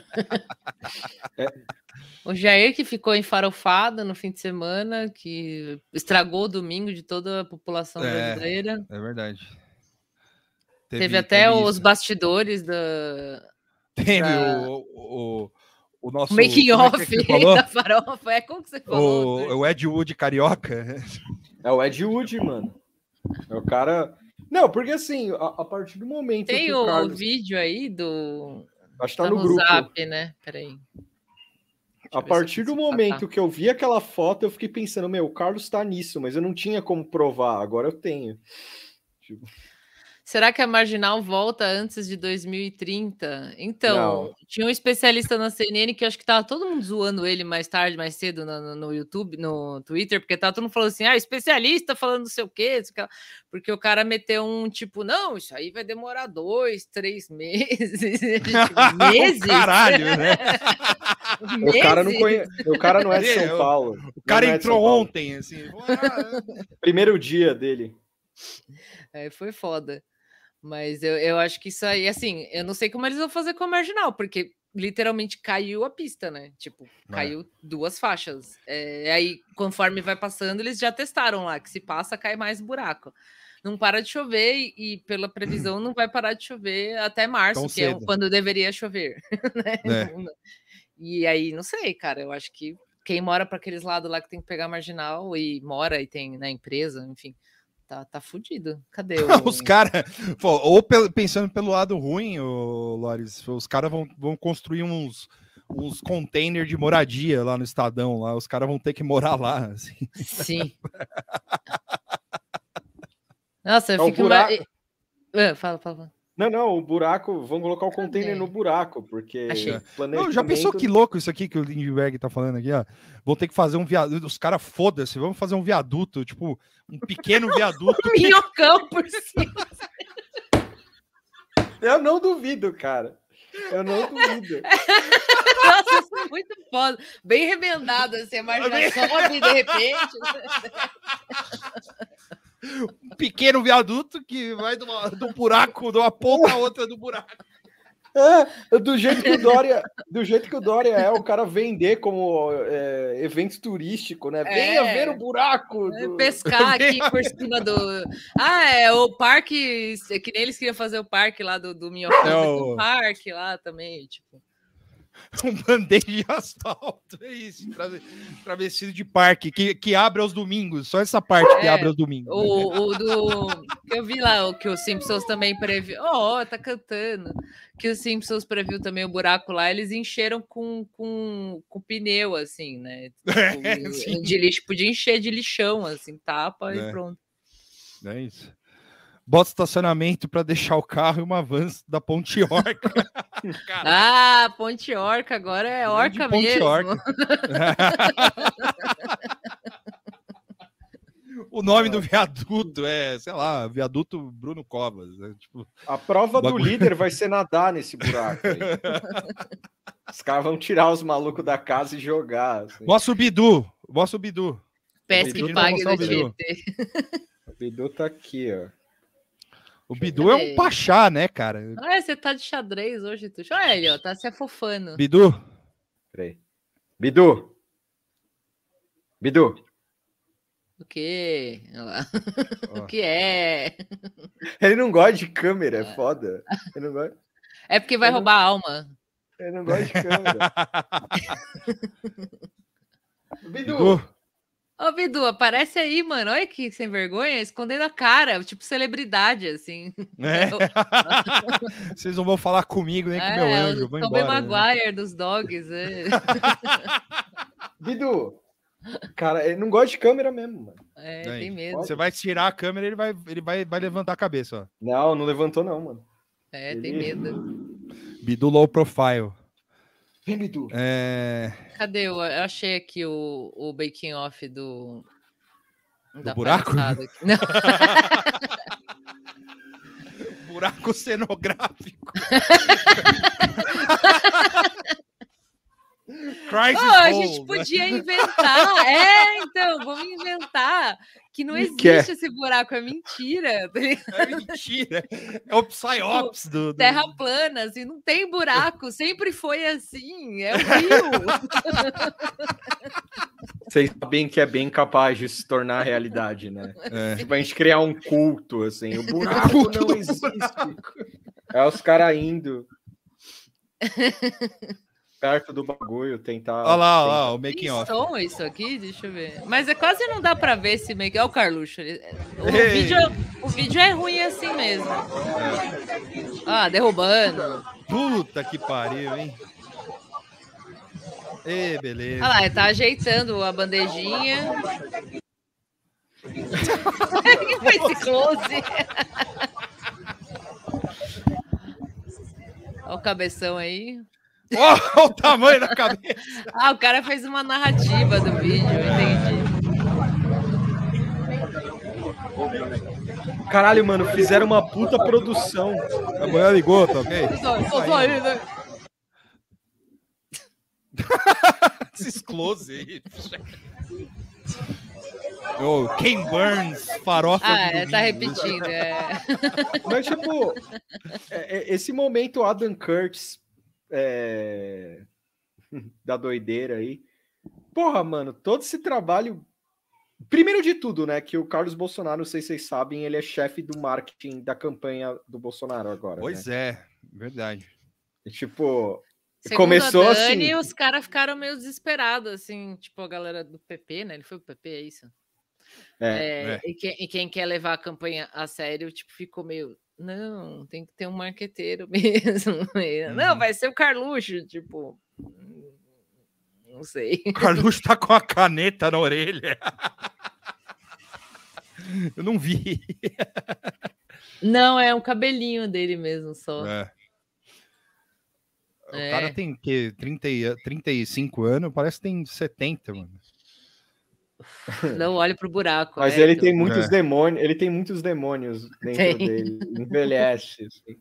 O Jair que ficou enfarofado no fim de semana, que estragou o domingo de toda a população É. brasileira. É verdade. Teve, até teve os isso. bastidores da Teve da- o, o, o nosso... o making como é que off é que você falou? da farofa. É como que você falou? O, o Ed Wood carioca. É o Ed Wood, mano. É o cara. Não, porque assim, a, a partir do momento Tem que o, o Carlos. vídeo aí do. Acho que tá Tá no no grupo. Zap, né? Peraí. A eu ver se eu partir do consigo momento catar. que eu vi aquela foto, eu fiquei pensando, meu, o Carlos tá nisso, mas eu não tinha como provar, agora eu tenho. Tipo, Será que a Marginal volta antes de dois mil e trinta? Então, Não. tinha um especialista na C N N que eu acho que tava todo mundo zoando ele mais tarde, mais cedo no, no, no YouTube, no Twitter, porque tava todo mundo falando assim, ah, especialista falando não sei o quê, não sei o que lá. Porque o cara meteu um tipo, não, isso aí vai demorar dois, três meses. Meses? Caralho, né? O cara não, conhe... o cara não é de São Paulo. O cara Não é de São entrou Paulo. ontem, assim. Primeiro dia dele. É, foi foda. Mas eu, eu acho que isso aí, assim, eu não sei como eles vão fazer com a Marginal, porque literalmente caiu a pista, né? Tipo, caiu é. duas faixas. É, aí, conforme vai passando, eles já testaram lá, que se passa, cai mais buraco. Não para de chover e, e pela previsão, não vai parar de chover até março, Tão que cedo. é quando deveria chover. Né? É. E aí, não sei, cara, eu acho que quem mora para aqueles lados lá que tem que pegar a Marginal e mora e tem na empresa, enfim... Tá, tá fudido. Cadê o... Os caras... Ou pensando pelo lado ruim, ô, Loris, os caras vão, vão construir uns, uns containers de moradia lá no Estadão. Lá. Os caras vão ter que morar lá. Assim. Sim. Nossa, eu é fico... buraco... Uma... Fala, fala. Não, não, o buraco... Vamos colocar o container no buraco, porque... Não, já pensou que louco isso aqui que o Lindbergh tá falando aqui, ó? Vão ter que fazer um viaduto... Os caras, foda-se, vamos fazer um viaduto, tipo... Um pequeno viaduto. Um minhocão por cima. Eu não duvido, cara. Eu não duvido. Nossa, isso é muito foda. Bem remendado, assim, a margem sobe de repente. Um pequeno viaduto que vai de, uma, de um buraco, de uma ponta a outra do buraco. É, do jeito que o Dória, do jeito que o Dória é, o cara vender como é, evento turístico, né? Venha é, ver o buraco. Do... Pescar aqui por cima do... Ah, é o parque, que nem eles queriam fazer o parque lá do, do Minhocão, é o... um parque lá também, tipo... Um band-aid de asfalto, é isso, travestido de parque, que, que abre aos domingos, só essa parte que é, abre aos domingos. O, o do... que eu vi lá, o que o Simpsons também previu, ó, oh, tá cantando, que o Simpsons previu também o buraco lá, eles encheram com, com, com pneu, assim, né, tipo, é, de lixo, podia encher de lixão, assim, tapa é. e pronto. É isso. Bota estacionamento para deixar o carro e uma van da Ponte Orca. Ah, Ponte Orca, agora é Orca Ponte mesmo. Orca. O nome do viaduto é, sei lá, viaduto Bruno Covas. Né? Tipo, a prova bagulho. do líder vai ser nadar nesse buraco aí. Os caras vão tirar os malucos da casa e jogar. Assim. Mostra o Bidu, mostra o Bidu. Peça que pague do Tietê. O Bidu tá aqui, ó. O Bidu é um pachá, né, cara? Ah, você tá de xadrez hoje, tu. Olha ele, ó, tá se afofando. Bidu. Peraí. Bidu. Bidu. O quê? O que é? Ele não gosta de câmera, é foda. Ele não gosta... É porque vai Ele roubar não... a alma. Ele não gosta de câmera. Bidu. Bidu. Ô, Bidu, aparece aí, mano. Olha que sem vergonha, escondendo a cara, tipo celebridade, assim. É. Vocês não vão falar comigo nem é, com meu anjo. Vou embora. Maguire né? dos dogs. É. Bidu, cara, ele não gosta de câmera mesmo, mano. É, é tem medo. Você vai tirar a câmera, ele vai, ele vai, vai levantar a cabeça, ó. Não, não levantou, não, mano. É, ele... tem medo. Bidu low profile. Vem, Bidu. É... Cadê? Eu, eu achei aqui o, o making off do... do buraco? Não. Buraco cenográfico. Crisis oh, a gente podia inventar. É, então, vamos inventar que não existe Quer? esse buraco, é mentira. É mentira. É o Psyops do, do... Terra plana, assim, não tem buraco, sempre foi assim, é o rio. Vocês sabem que é bem capaz de se tornar realidade, né? É. Tipo, a gente criar um culto, assim, o buraco o não existe. Buraco. É os caras indo perto do bagulho, tentar... Olha lá, olha lá, o making off. Tem som isso aqui? Deixa eu ver. Mas é quase não dá pra ver esse making... Olha o Carluxo. O vídeo, o vídeo é ruim assim mesmo. É. Ah, derrubando. Puta que pariu, hein? Ê, beleza. Olha lá, tá ajeitando a bandejinha. O que foi esse close? Olha o cabeção aí. Olha o tamanho da cabeça. Ah, o cara fez uma narrativa do vídeo, eu entendi. Caralho, mano, fizeram uma puta produção. A mulher ligou, tá ok? Tô saindo. Esses close aí. Oh, Ken Burns, farofa. Ah, é, tá repetindo. É. Mas, tipo, esse momento Adam Curtis é... da doideira aí. Porra, mano, todo esse trabalho. Primeiro de tudo, né, que o Carlos Bolsonaro, não sei se vocês sabem, ele é chefe do marketing da campanha do Bolsonaro agora. Pois né? é, verdade. E, tipo, Segundo começou a Dani, assim. os caras ficaram meio desesperados, assim, tipo, a galera do P P, né? Ele foi pro P P, é isso? É, É, é. E, quem, e quem quer levar a campanha a sério, tipo, ficou meio. Não, tem que ter um marqueteiro mesmo. Uhum. Não, vai ser o Carluxo, tipo. Não sei. O Carluxo tá com a caneta na orelha. Eu não vi. Não, é um cabelinho dele mesmo só. É. O É. cara tem que trinta, trinta e cinco anos, parece que tem setenta, mano. Não olhe pro buraco. Mas é, ele então. tem muitos É. demônios, ele tem muitos demônios dentro Tem. dele. Envelhece. Assim.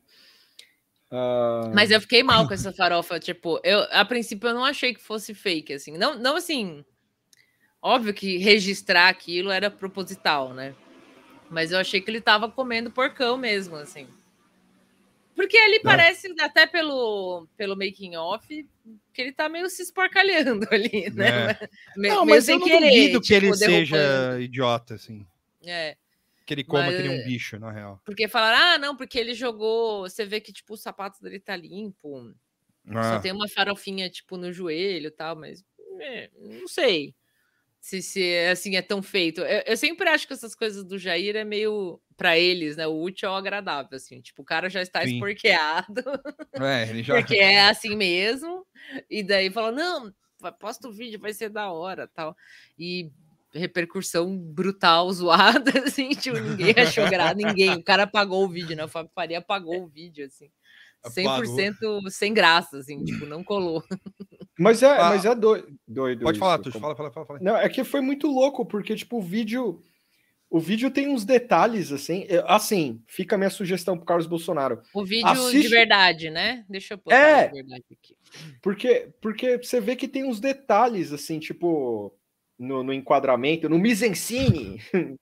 Ah, Mas eu fiquei mal com essa farofa, tipo, eu a princípio eu não achei que fosse fake, assim, não, não assim, óbvio que registrar aquilo era proposital, né? Mas eu achei que ele tava comendo porcão mesmo, assim. Porque ele parece, até pelo, pelo making off, que ele tá meio se esporcalhando ali, né? É. Me- Não, meio mas sem eu não querer, duvido que tipo, ele seja derrubando. idiota, assim. É. Que ele coma Mas- que nem um bicho, na real. Porque falaram, ah, não, porque ele jogou. Você vê que, tipo, o sapato dele tá limpo. Só Ah, tem uma farofinha, tipo, no joelho e tal, mas é, não sei se, se assim é tão feito. Eu, eu sempre acho que essas coisas do Jair é meio, para eles, né, o útil ao agradável, assim. Tipo, o cara já está Sim. esporqueado, é, ele já... porque é assim mesmo. E daí fala, não, posta o vídeo, vai ser da hora, tal. E repercussão brutal, zoada, assim, tipo, ninguém achou graça, ninguém. O cara apagou o vídeo, né? O Fábio Faria apagou o vídeo, assim. cem por cento sem graça, assim, tipo, não colou. Mas é, Ah, mas é doido. doido Pode isso, falar, Tuxo. como- Fala, fala, fala, fala. Não, é que foi muito louco, porque, tipo, o vídeo. O vídeo tem uns detalhes, assim. é- Assim, fica a minha sugestão pro Carlos Bolsonaro. O vídeo Assiste- de verdade, né? Deixa eu botar É. de verdade aqui. Porque, porque você vê que tem uns detalhes, assim, tipo, no, no enquadramento, no mise-en-scène.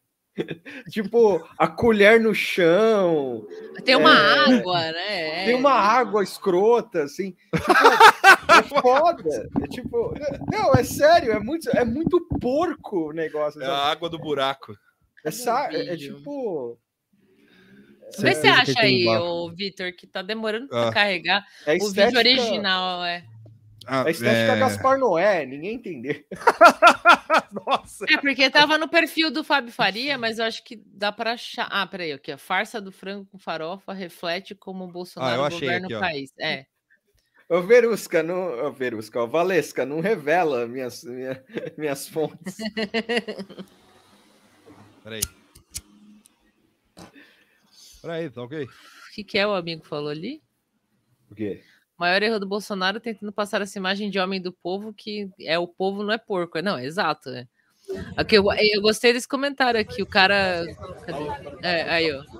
Tipo, a colher no chão, Tem uma É. água, né? tem É. uma água escrota, assim. Tipo, é foda. É tipo, não, é sério, é muito, é muito porco o negócio. É sabe? a água do buraco. É, sa- é- é vídeo. tipo. Vê se Certeza que acha tem aí, embaixo. ô Vitor, que tá demorando pra Ah. carregar. É O estética, vídeo original, é. Ah, é estética é... Gaspar Noé, ninguém entendeu. Nossa. É, porque tava no perfil do Fábio Faria, mas eu acho que dá pra achar. Ah, peraí, aqui, ó. Farsa do frango com farofa reflete como o Ah, Bolsonaro eu achei governa aqui, o ó. país. É. Ô, Verusca, não. Ô, Verusca, ó, Valesca, não revela minhas, minha- minhas fontes. Peraí. Peraí, tá ok? O que, que é o amigo falou ali? O quê? Maior erro do Bolsonaro tentando passar essa imagem de homem do povo, que é o povo, não é porco. Não, é exato. É. Aqui, eu, eu gostei desse comentário aqui. O cara. Cadê? É, aí, ó.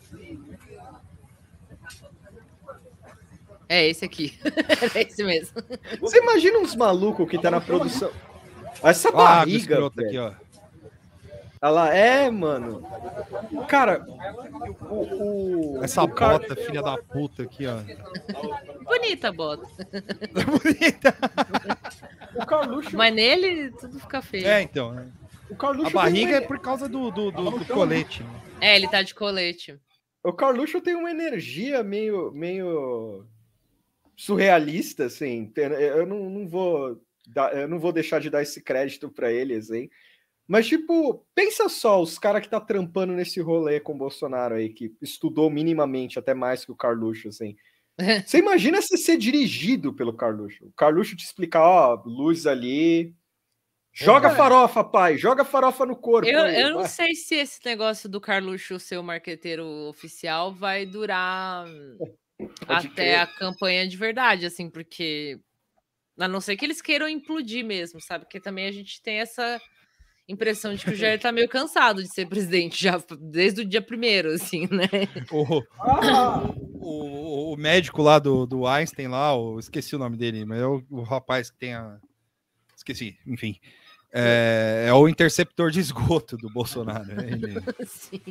É esse aqui. É esse mesmo. Você imagina uns malucos que tá na produção. Essa Ó, a água barriga. escrota velho. aqui, ó. Ela é, mano. Cara, o, o- Essa o cara- bota, filha da puta aqui, ó. Bonita a bota. Bonita. o Carluxo, Mas nele tudo fica feio. É, É, então. né? o Carluxo A tem barriga é uma- por causa do, do, do, do colete. Né? ele tá de colete. O Carluxo tem uma energia meio, meio surrealista, assim. Eu não, não vou dar, eu não vou deixar de dar esse crédito pra eles, hein? Mas, tipo, pensa só, os caras que tá trampando nesse rolê com o Bolsonaro aí, que estudou minimamente, até mais que o Carluxo, assim. Você imagina você ser dirigido pelo Carluxo. O Carluxo te explicar, ó, luz ali. Joga Porra. farofa, pai. Joga farofa no corpo. Eu, aí, eu não vai. sei se esse negócio do Carluxo ser o marqueteiro oficial vai durar Pode Até crer. a campanha de verdade, assim, porque a não ser que eles queiram implodir mesmo, sabe? Porque também a gente tem essa impressão de que o Jair tá meio cansado de ser presidente já desde o dia primeiro, assim, né? O, Ah, o, o médico lá do, do Einstein lá, eu esqueci o nome dele, mas é o, o rapaz que tem a... Esqueci, enfim. É, é o interceptor de esgoto do Bolsonaro. Né? Ele... Sim.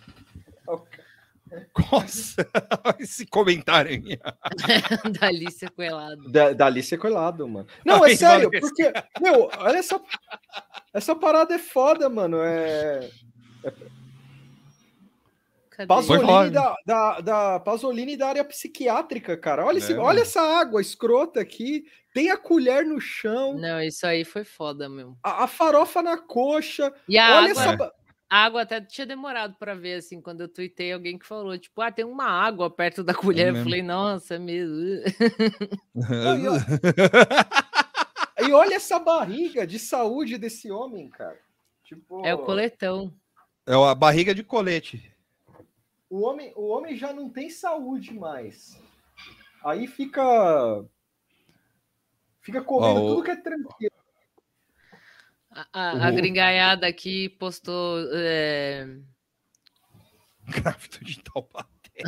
Nossa, esse comentário aí. Da Alicia Coelado. da, dali sequelado, mano. Não, é Ai, sério, valeu. porque, meu, olha essa, essa parada é foda, mano. É Cadê? Pode falar. Pasolini da, da, da Pasolini da área psiquiátrica, cara. Olha, esse, É, olha mano. essa água escrota aqui. Tem a colher no chão, Não, isso aí foi foda, meu. a, a farofa na coxa. E a Olha água, essa. É. ba- a água até tinha demorado pra ver, assim, quando eu tuitei alguém que falou, tipo, ah, tem uma água perto da colher. Eu mesmo. falei, nossa, é mesmo. Não, e, ó- e olha essa barriga de saúde desse homem, cara. Tipo, É o coletão. É a barriga de colete. o homem, o homem já não tem saúde mais. Aí fica. Fica comendo Ó, o- tudo que é tranquilo. A, a, a gringaiada aqui postou. é, Gráfico de Taubaté.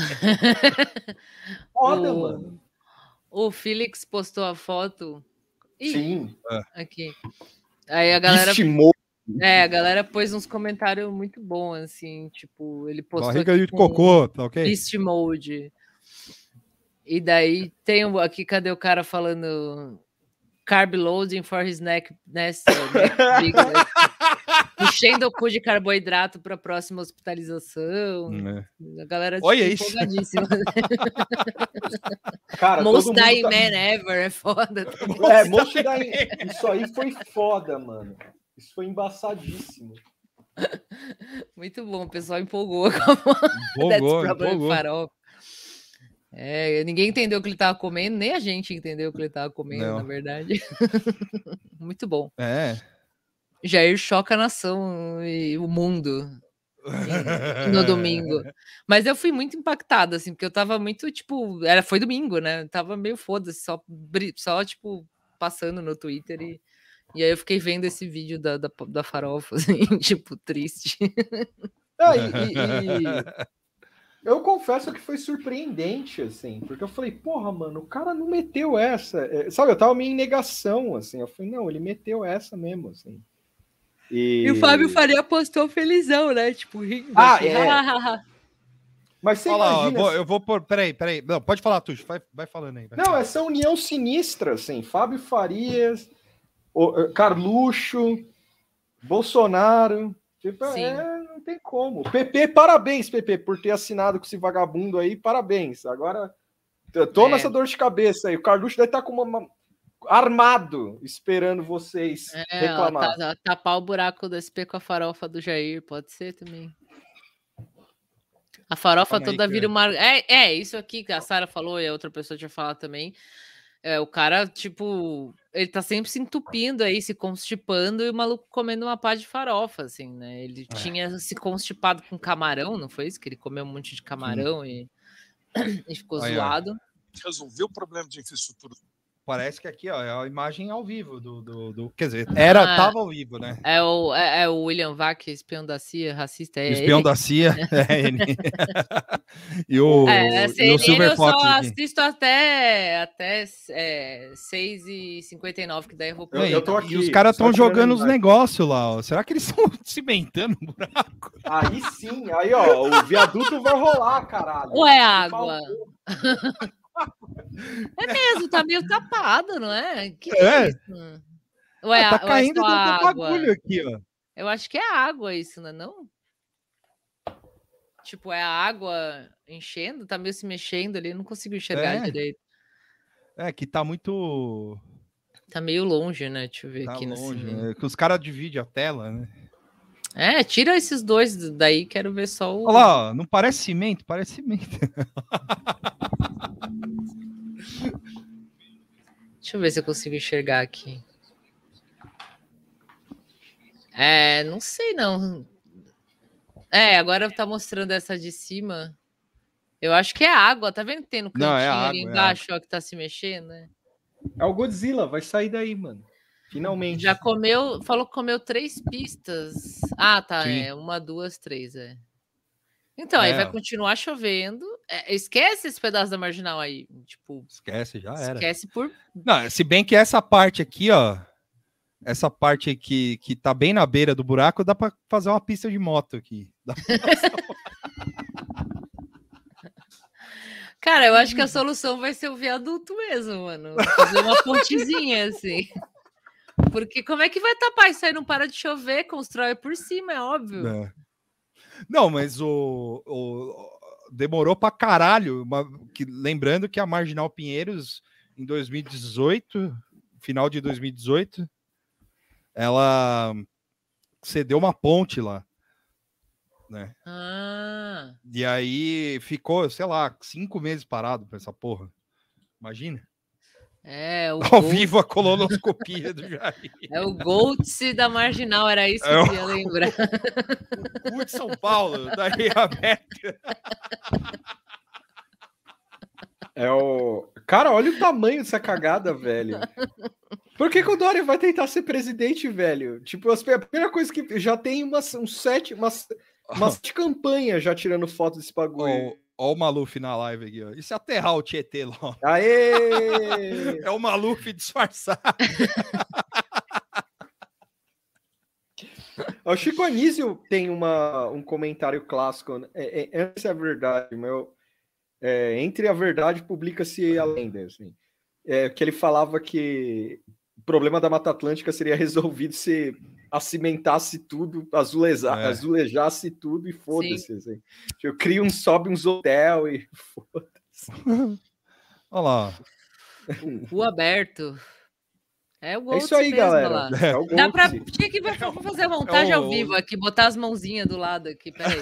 Foda, o, mano. o Felix postou a foto. Ih, Sim. aqui. Aí a galera. Estimou. É, a galera pôs uns comentários muito bons, assim, tipo, ele postou Barriga aqui de com cocô, tá ok? Beast Mode. E daí tem um- aqui, cadê o cara falando carb loading for his neck, nest, neck bigness. Enchendo o cu de carboidrato para a próxima hospitalização. É. A galera tipo, Olha isso. empolgadíssima. Cara, Most todo mundo dying tá- man ever, é foda. É, Most Dying- Isso aí foi foda, mano. Isso foi embaçadíssimo. Muito bom, o pessoal empolgou com a That's Empolgou, Problem empolgou. Farofa. É, ninguém entendeu o que ele tava comendo, nem a gente entendeu o que ele tava comendo, Não. na verdade. Muito bom. É. Jair choca a nação e o mundo em- no domingo. Mas eu fui muito impactada, assim, porque eu tava muito, tipo, era, foi domingo, né? Eu tava meio foda-se, só, bri- só, tipo, passando no Twitter e, e aí eu fiquei vendo esse vídeo da, da, da farofa, assim, tipo, triste. Ah, e, e- e eu confesso que foi surpreendente, assim, porque eu falei, porra, mano, o cara não meteu essa. É, sabe, eu tava meio em negação, assim. Eu falei, não, ele meteu essa mesmo, assim. E, E o Fábio Faria postou felizão, né? Tipo, rindo. Ah, assim, é. "Ah, Mas você Olha lá, ó, eu imagina. vou, eu vou pôr. Peraí, peraí. Não, pode falar, Tuxo. Vai, vai falando aí. vai. Não, essa união sinistra, assim. Fábio Farias, o, eh, Carluxo, Bolsonaro. Tipo, Sim. é, não tem como. P P, parabéns, P P, por ter assinado com esse vagabundo aí. Parabéns. Agora, t- toma É. essa dor de cabeça aí. O Carluxo deve estar com uma, uma- armado, esperando vocês É, ó, reclamar. ta- tapar o buraco do S P com a farofa do Jair, pode ser também. A farofa Calma aí, toda que- vira uma. É, é, isso aqui que a Sara falou e a outra pessoa tinha falado também. É, o cara, tipo, ele tá sempre se entupindo aí, se constipando, e o maluco comendo uma pá de farofa, assim, né? Ele É. tinha se constipado com camarão, não foi isso? Que ele comeu um monte de camarão e, e ficou Aí, ó. zoado. Resolver o problema de infraestrutura. Parece que aqui, ó, é a imagem ao vivo do. do, do- quer dizer, era, Ah, tava ao vivo, né? É o, é, é o William Vac, espião da C I A, racista. É o espião ele? da C I A é ele. e o, É, a e o C N N Silver eu só Fox aqui. assisto até, até é, seis e cinquenta e nove, que daí eu vou Eu- Não, e- eu tô E aqui, os caras só estão tirando jogando os imagem. negócios lá, ó. Será que eles estão cimentando o buraco? Aí sim, aí ó, o viaduto vai rolar, caralho. Ou é Não água? faltou. É mesmo, tá meio tapado, não é? Que É. é isso? Ou é, Ah, a- tá ou é caindo só dentro do água? bagulho aqui, ó. Eu acho que é água isso, não é não? Tipo, é a água enchendo, tá meio se mexendo ali, não consigo enxergar É. direito. É, que tá muito. Tá meio longe, né? Deixa eu ver Tá aqui no longe, cinema. né? Que os caras dividem a tela, né? É, tira esses dois daí, quero ver só o. Olha lá, ó, não parece cimento, parece cimento. Deixa eu ver se eu consigo enxergar aqui. É, não sei não. É, agora tá mostrando essa de cima. Eu acho que é água, tá vendo que tem no cantinho Não, é ali água, é embaixo, ó, que tá se mexendo, né? É o Godzilla, vai sair daí, mano. Finalmente. Já comeu, falou que comeu três pistas. Ah, tá, Sim. é uma, duas, três, é. Então, aí É. vai continuar chovendo. É, esquece esse pedaço da marginal aí, tipo, Esquece, já era. esquece por... Não, se bem que essa parte aqui, ó, essa parte aqui que tá bem na beira do buraco, dá pra fazer uma pista de moto aqui. Dá pra fazer uma- Cara, eu acho que a solução vai ser o viaduto mesmo, mano. Fazer uma pontezinha, assim. Porque como é que vai tapar isso aí? Não para de chover, constrói por cima, é óbvio. É. Não, mas o, o- demorou pra caralho. Uma- que, lembrando que a Marginal Pinheiros, em dois mil e dezoito, final de dois mil e dezoito, ela cedeu uma ponte lá, né? Ah, E aí ficou, sei lá, cinco meses parado pra essa porra. Imagina. é o Ao Gold- vivo a colonoscopia do Jair. é o Goltz da Marginal, era isso que É eu o- queria lembrar. O cu de São Paulo, daí aberto. É o. Cara, olha o tamanho dessa cagada, velho. Por que, que o Dória vai tentar ser presidente, velho? Tipo, as- a primeira coisa que já tem umas, uns sete, umas, umas sete campanhas já tirando foto desse bagulho. Ó, ó o Maluf na live aqui, ó. E se aterrar o Tietê lá? ó? Aê! É o Maluf disfarçado. O Chico Anísio tem uma, um comentário clássico. Né? É, é, essa é a verdade, meu. É, entre a verdade publica-se a lenda. Assim. É, que ele falava que o problema da Mata Atlântica seria resolvido se acimentasse tudo, azuleza, É. azulejasse tudo e foda-se. Assim. Eu crio um, sobe uns hotel e foda-se. Olha lá. O aberto. É o É Goltz isso aí, mesmo, galera. lá. É o Dá pra... Goltz. Tinha que vai- vamos fazer a montagem É o- ao vivo aqui, botar as mãozinhas do lado aqui, peraí.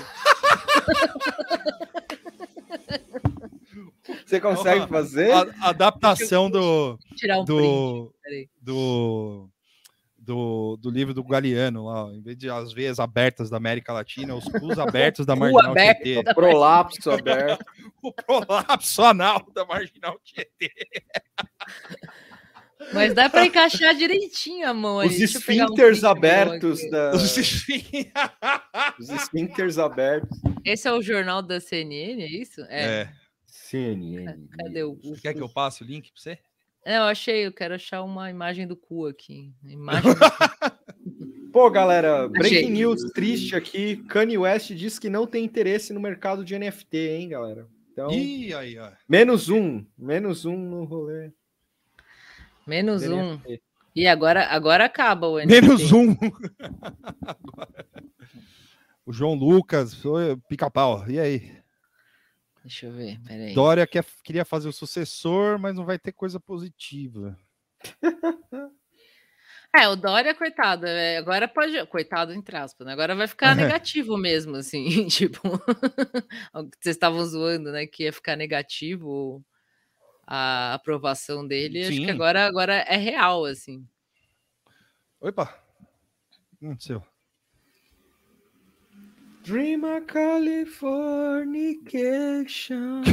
Você consegue Ó, fazer? A adaptação do, Tirar um print, do, peraí. do, do, do livro do Galeano, lá, ó. Em vez de as veias abertas da América Latina, os cus abertos da Cu Marginal aberto Tietê. da- Prolapso aberto. O prolapso anal da Marginal Tietê. Mas dá pra encaixar direitinho a mão ali. Os Deixa eu pegar um esfíncteres print bom abertos aqui. da... Os esfin- Os esfíncteres abertos. Esse é o jornal da C N N, é isso? É. É. C N N. Cadê o. o- Quer que eu passe o link pra você? É, eu achei, eu quero achar uma imagem do cu aqui. Imagem do cu. Pô, galera, breaking Achei. news triste aqui. Kanye West diz que não tem interesse no mercado de N F T, hein, galera? Então, Ih, aí, ó. menos um. Menos um no rolê. Menos do um. N F T. E agora, agora acaba o N F T. Menos um. Agora. O João Lucas, o pica-pau. E aí? Deixa eu ver, peraí. Dória quer, queria fazer o sucessor, mas não vai ter coisa positiva. É, o Dória, coitado, é, agora pode. Coitado, entre aspas, né? Agora vai ficar negativo mesmo, assim. Tipo, vocês estavam zoando, né? Que ia ficar negativo a aprovação dele. Acho Sim. que agora, agora é real, assim. Opa! O que aconteceu? Dream a Californication.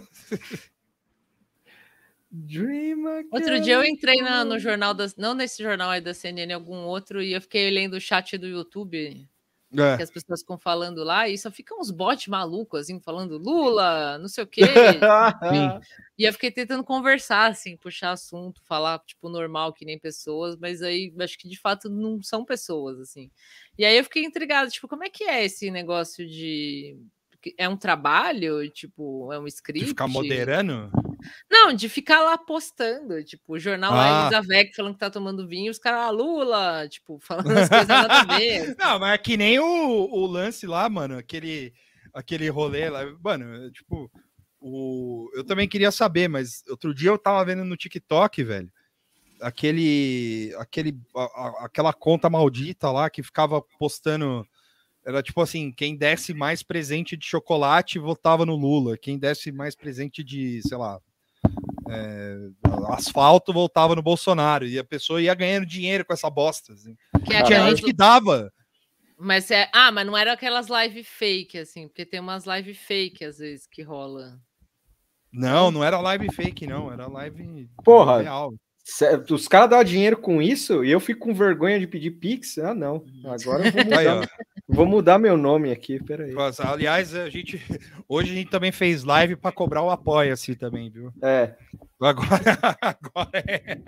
Dream a Outro dia eu entrei na- no jornal das. Não nesse jornal aí da C N N, algum outro, e eu fiquei lendo o chat do YouTube. Que É. as pessoas ficam falando lá, e só ficam uns bots malucos, assim, falando Lula, não sei o quê. E eu fiquei tentando conversar, assim, puxar assunto, falar, tipo, normal, que nem pessoas, mas aí acho que de fato não são pessoas, assim. E aí eu fiquei intrigada, tipo, como é que é esse negócio de. É um trabalho? Tipo, é um script? De ficar moderando? Não, de ficar lá postando, tipo, o jornal Ah. lá, Elisa Vec falando que tá tomando vinho, os caras, ah, Lula, tipo, falando as coisas nada a ver. Não, mas é que nem o, o lance lá, mano, aquele, aquele rolê lá. Mano, tipo, o, eu também queria saber, mas outro dia eu tava vendo no TikTok, velho, aquele, aquele, a- a- aquela conta maldita lá que ficava postando. Era tipo assim, quem desse mais presente de chocolate votava no Lula. Quem desse mais presente de, sei lá, é, asfalto voltava no Bolsonaro. E a pessoa ia ganhando dinheiro com essa bosta. Assim. Que é Tinha aquelas gente que dava. Mas é... Ah, mas não era aquelas live fake, assim, porque tem umas live fake às vezes que rola. Não, não era live fake, não. Era live Porra, real. cê- os caras dão dinheiro com isso e eu fico com vergonha de pedir Pix? Ah, não. Agora eu vou Aí, ó. mudar, vou mudar meu nome aqui, peraí. Nossa, aliás, a gente hoje a gente também fez live para cobrar o Apoia-se também, viu? É. Agora, agora é.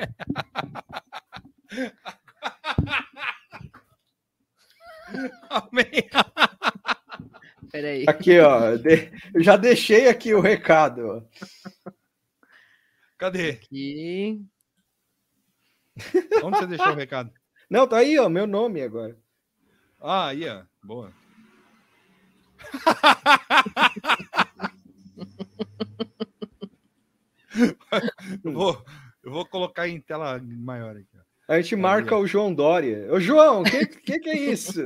Amém. Peraí. Aqui, ó. de- Eu já deixei aqui o recado. Ó. Cadê? Aqui. Onde você deixou o recado? Não, tá aí, ó, meu nome agora. Ah, aí, ó. Boa. eu, vou, eu vou colocar em tela maior aqui. Ó. A gente marca o João Dória. Ô, João, o que, que, que é isso?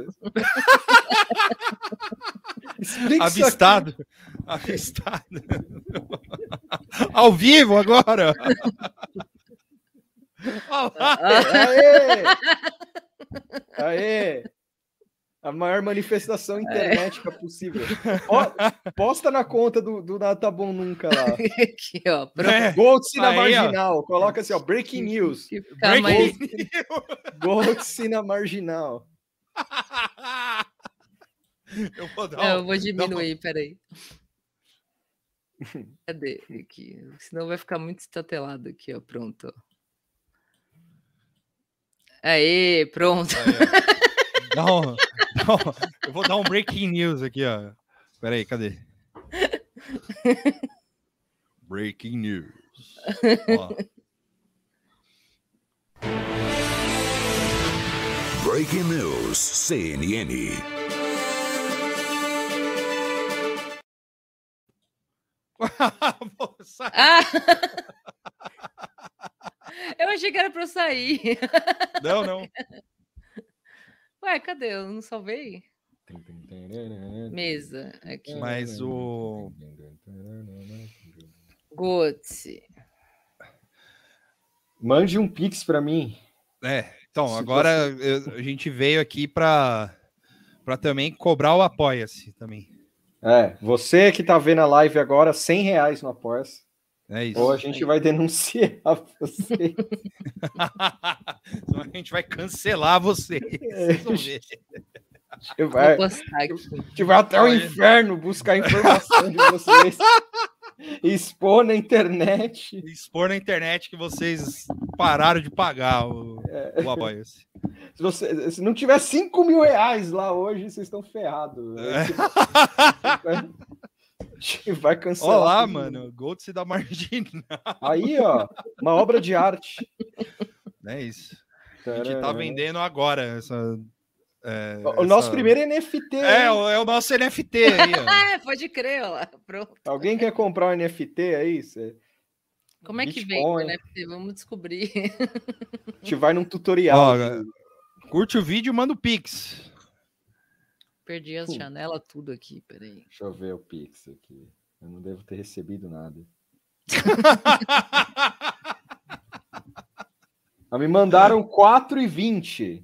Explica isso Avistado. aqui. Avistado. Ao vivo agora. Olá. Aê! Aê! A maior manifestação internética possível. Ó, posta na conta do, do Nada Tá Bom Nunca lá. Aqui, ó. Pronto. É. Gold na Aí, Marginal. Coloca assim, ó, Breaking News. Que fica mais... Gold na Marginal. Eu vou dar Não, um- eu vou diminuir, peraí. Cadê? Aqui. Senão vai ficar muito estatelado aqui, ó. Pronto. Aê, pronto. Dá um- dá um- eu vou dar um breaking news aqui, ó. Peraí, cadê? Breaking news. Ó. Breaking News, C N N. Vou sair. Ah! Eu achei que era para eu sair. Não, não. Ué, cadê? Eu não salvei? Mesa. Aqui. Mas o. Gote. Mande um Pix pra mim. É, então, Se agora eu- a gente veio aqui para para também cobrar o Apoia-se também. É, você que tá vendo a live agora, cem reais no Apoia-se. É isso. Ou a gente vai denunciar você. Senão a gente vai cancelar você. Vocês vão ver. A gente vai, Vou postar aqui. a gente vai até o inferno buscar informação de vocês. E expor na internet. Expor na internet que vocês pararam de pagar o, o Apoia-se. Se, você, se não tiver cinco mil reais lá hoje, vocês estão ferrados. A gente vai cancelar. Olá, tudo. mano. Gold da Marginal. Aí, ó, uma obra de arte. É isso. A gente tá vendendo agora essa. É, O essa- nosso primeiro N F T. É, hein? o- é o nosso N F T aí, ó. Ah, pode crer, ó lá. Pronto. Alguém quer comprar um N F T aí? Cê- Como é que vem Bitcoin. o N F T? Vamos descobrir. A gente vai num tutorial. Ó, assim. curte o vídeo e manda o Pix. Perdi as Hum. janelas tudo aqui, peraí. Deixa eu ver o Pix aqui. Eu não devo ter recebido nada. Ah, me mandaram quatro e vinte.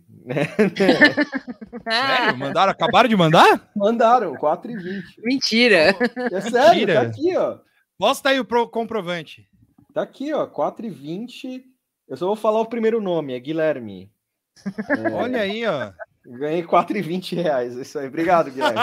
Sério? Mandaram? Acabaram de mandar? Mandaram quatro e vinte. Mentira! É sério, Mentira. tá aqui, ó. Posta aí o pro- comprovante. Tá aqui, ó, quatro e vinte. Eu só vou falar o primeiro nome, é Guilherme. É, Olha aí, ó. ganhei quatro e vinte reais. Isso aí. Obrigado, Guilherme.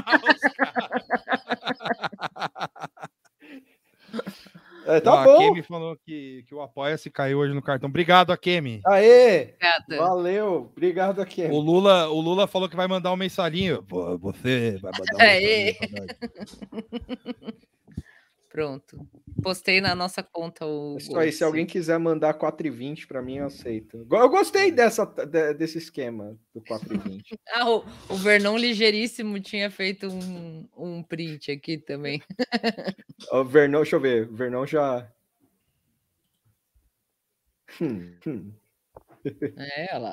É, tá Ó, A bom. Kemi falou que, que o Apoia-se caiu hoje no cartão. Obrigado, Akemi. Aê! Gata. Valeu. Obrigado, aqui. O Lula, o Lula falou que vai mandar um mensalinho. Pô, você vai mandar um Aê. mensalinho pra nós. Pronto. Postei na nossa conta o. Isso aí, se alguém quiser mandar quatro e vinte para mim, eu aceito. Eu gostei dessa, de- desse esquema do quatro e vinte. Ah, o, o Vernon Ligeiríssimo tinha feito um, um print aqui também. O Vernon, deixa eu ver. O Vernon já. Hum, hum. É, olha lá.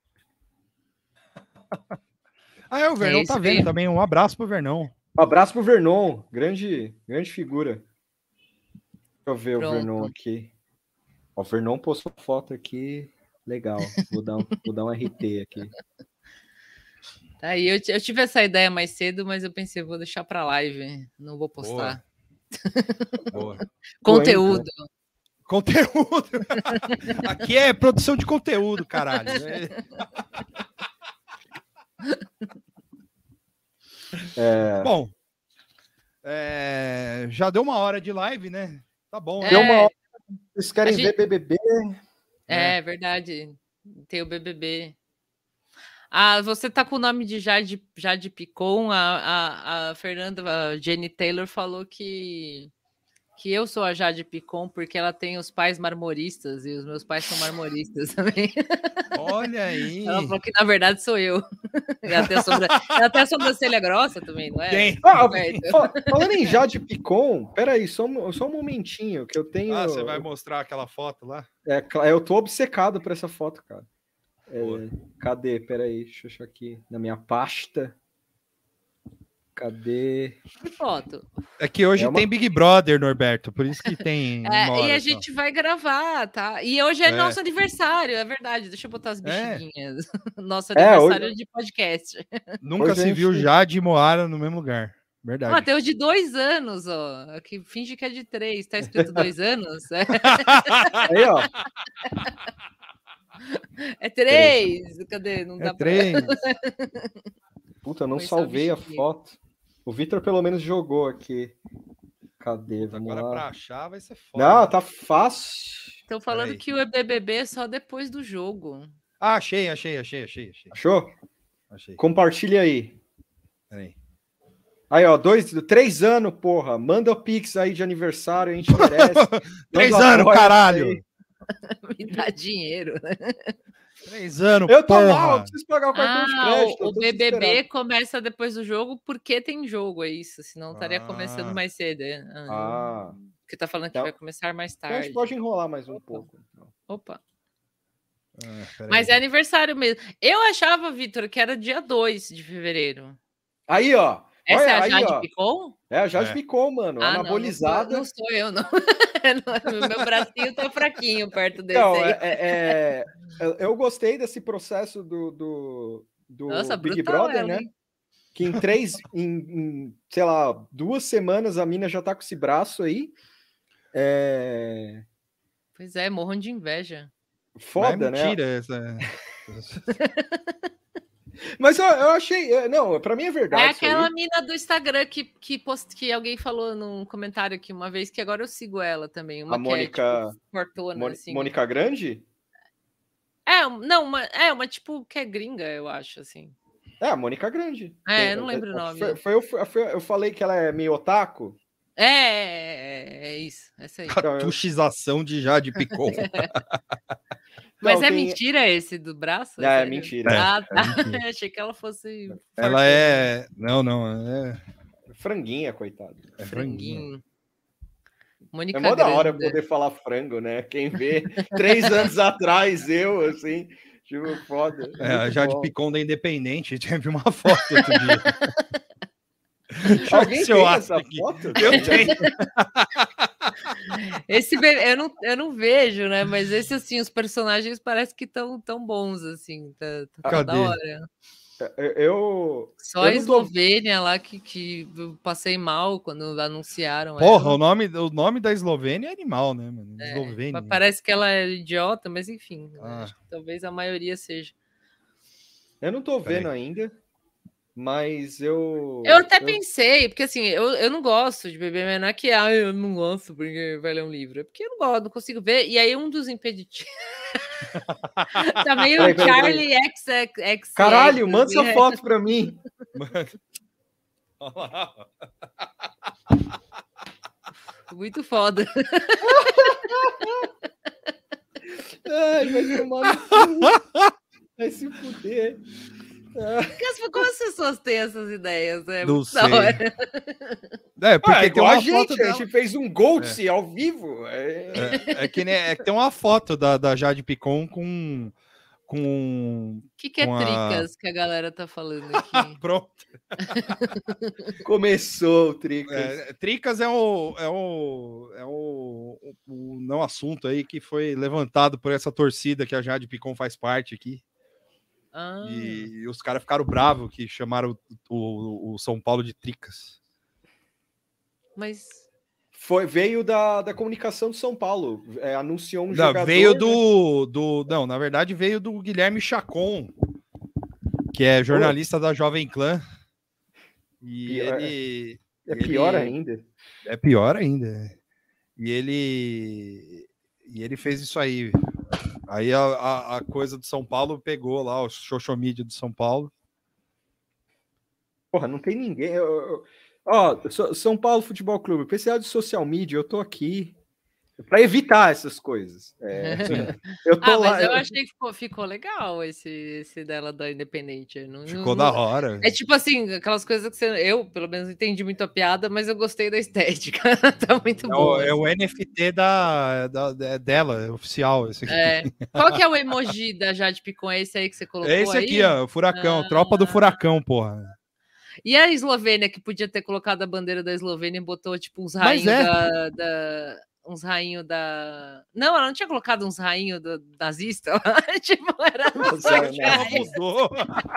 Ah, é, o Vernão É isso tá vendo aí. também. Um abraço pro Vernão. Um abraço pro Vernon. Grande, grande figura. Deixa eu ver Pronto. o Vernon aqui. Ó, o Vernon postou foto aqui. Legal. Vou dar um, vou dar um R T aqui. Aí eu, eu tive essa ideia mais cedo, mas eu pensei, vou deixar para live, não vou postar. Boa. Boa. Conteúdo. Conteúdo. Aqui é produção de conteúdo, caralho. É... Bom, é... já deu uma hora de live, né? Tá bom. Deu né? uma hora. Vocês querem gente... ver B B B? É, é verdade. Tem o B B B. Ah, você tá com o nome de Jade, Jade Picon. A, a, a Fernanda, a Jenny Taylor falou que, que eu sou a Jade Picon porque ela tem os pais marmoristas e os meus pais são marmoristas também. Olha aí. Ela falou que na verdade sou eu. Ela tem a, sobra... ela tem a sobrancelha grossa também, não é? Tem. Ah, falando em Jade Picon, peraí, só, só um momentinho que eu tenho. Ah, você vai mostrar aquela foto lá? É, eu tô obcecado por essa foto, cara. É, cadê? Peraí, deixa eu achar aqui na minha pasta. Cadê? Que foto? É que hoje é uma... tem Big Brother, Norberto, por isso que tem. É, e a gente vai gravar, tá? E hoje é, é nosso aniversário, é verdade. Deixa eu botar as bexiguinhas. É. Nosso aniversário é, hoje... de podcast. Nunca hoje se viu gente... Jade e Moara no mesmo lugar. Verdade. Ah, tem o de dois anos, ó. Que finge que é de três. Tá escrito dois anos? É. Aí, ó. É três. Cadê? Não dá é três. Pra... Puta, eu não Foi salvei a foto. O Vitor pelo menos jogou aqui. Cadê? Vamos Agora lá. pra achar vai ser foda. Não, tá fácil. Estão falando que o B B B é só depois do jogo. Ah, achei, achei, achei, achei. achei. Achou? Achei. Compartilha aí. Peraí. Aí, ó, dois, três anos, porra. Manda o Pix aí de aniversário, a gente merece. Três anos, caralho. Me dá dinheiro, né? Três anos, eu tô porra. mal, eu preciso pagar o cartão ah, de crédito. O B B B começa depois do jogo porque tem jogo, é isso. Senão estaria ah. começando mais cedo. É? Ah, ah. Porque tá falando que então, vai começar mais tarde. Então a gente pode enrolar mais um Opa. pouco. Opa. Ah, Mas é aniversário mesmo. Eu achava, Vitor, que era dia dois de fevereiro. Aí, ó. Essa Olha, é a aí, Jade ó. Picon? É a Jade é. Picon, mano. Ah, anabolizada. Não, não, sou, não sou eu, não. Meu bracinho tá fraquinho perto desse não, aí. É, é, eu gostei desse processo do, do, do Nossa, Big brutal, Brother, ela, né? Hein? Que em três, em, em, sei lá, duas semanas a mina já tá com esse braço aí. É... Pois é, morram de inveja. Foda, é mentira, né? Essa... Mas eu, eu achei. Não, pra mim é verdade. É aquela mina do Instagram que, que, post, que alguém falou num comentário aqui uma vez, que agora eu sigo ela também. Uma a Mônica. É, tipo, fortuna, Mon... assim. Mônica Grande? É, não, uma, é uma tipo que é gringa, eu acho, assim. É, a Mônica Grande. É, eu não lembro o nome. Foi, foi, foi, foi, eu falei que ela é meio otaku. É, é, é isso. Essa aí. Catuxização de Jade Picon. Mas não, é tem... mentira esse do braço? É, é mentira. Ah, tá. É mentira. Achei que ela fosse. Ela é. Não, não. É franguinha, coitado. É franguinho. Mônica é mó da hora Grande. poder falar frango, né? Quem vê três anos atrás, eu, assim, tipo, foda. É, a Jade Picon da Independente. Teve uma foto outro dia. Alguém tem essa aqui. foto? Eu tenho. Esse eu não, eu não vejo, né? Mas esse assim, os personagens parecem que estão tão bons assim, tá, tá Cadê? da hora. Eu só eu a Eslovênia tô... lá que, que eu passei mal quando anunciaram. Porra, ela. o nome, o nome da Eslovênia é animal, né, mano? É, Eslovênia. Parece que ela é idiota, mas enfim, ah. acho que talvez a maioria seja. Eu não tô vendo ainda. Mas eu. Eu até eu... pensei, porque assim, eu, eu não gosto de beber, mas não é que ah, eu não gosto porque vai ler um livro. É porque eu não gosto, não consigo ver. E aí, um dos impeditivos. Tá meio peraí, peraí, Charlie peraí. X X X. Caralho, manda essa é. foto pra mim. Olha lá. Muito foda. Ai, vai tomar no cu. Vai se fuder. Como as pessoas têm essas ideias? É não muito sei. da hora. É, porque ah, tem uma a gente, foto a gente fez um Gold é. ao vivo. É... É, é, que, né, é que tem uma foto da, da Jade Picon com... com... O que, que é com tricas a... que a galera tá falando aqui? Pronto. Começou o Tricas. É, tricas é o, é, o, é o, o, o não assunto aí que foi levantado por essa torcida que a Jade Picon faz parte aqui. Ah. E, e os caras ficaram bravos que chamaram o, o, o São Paulo de Tricas. Mas... Foi, veio da, da comunicação de São Paulo. É, anunciou um não, jogador... Veio né? do, do... Não, na verdade veio do Guilherme Chacon, que é jornalista oh. da Jovem Clã. E pior, ele... É pior ele, ainda. É pior ainda. E ele... E ele fez isso aí. Aí a, a, a coisa do São Paulo pegou lá, o social media do São Paulo. Porra, não tem ninguém... Eu, eu... Ó, oh, São Paulo Futebol Clube, precisar de social media, eu tô aqui para evitar essas coisas. É, eu tô ah, lá, mas eu, eu achei que ficou, ficou legal esse, esse dela da Independente. Não, ficou não, da hora. É tipo assim, aquelas coisas que você, eu, pelo menos, entendi muito a piada, mas eu gostei da estética. Tá muito é bom. O, é o N F T da, da, dela, é oficial. Esse aqui. É. Qual que é o emoji da Jade Picon? É esse aí que você colocou? É esse aí? aqui, ó, o furacão, ah, tropa do furacão, porra. E a Eslovênia, que podia ter colocado a bandeira da Eslovênia e botou, tipo, uns rainhos é. da, da... Uns rainhos da... Não, ela não tinha colocado uns rainhos do, nazista? Tipo, era... Nossa, ela mudou.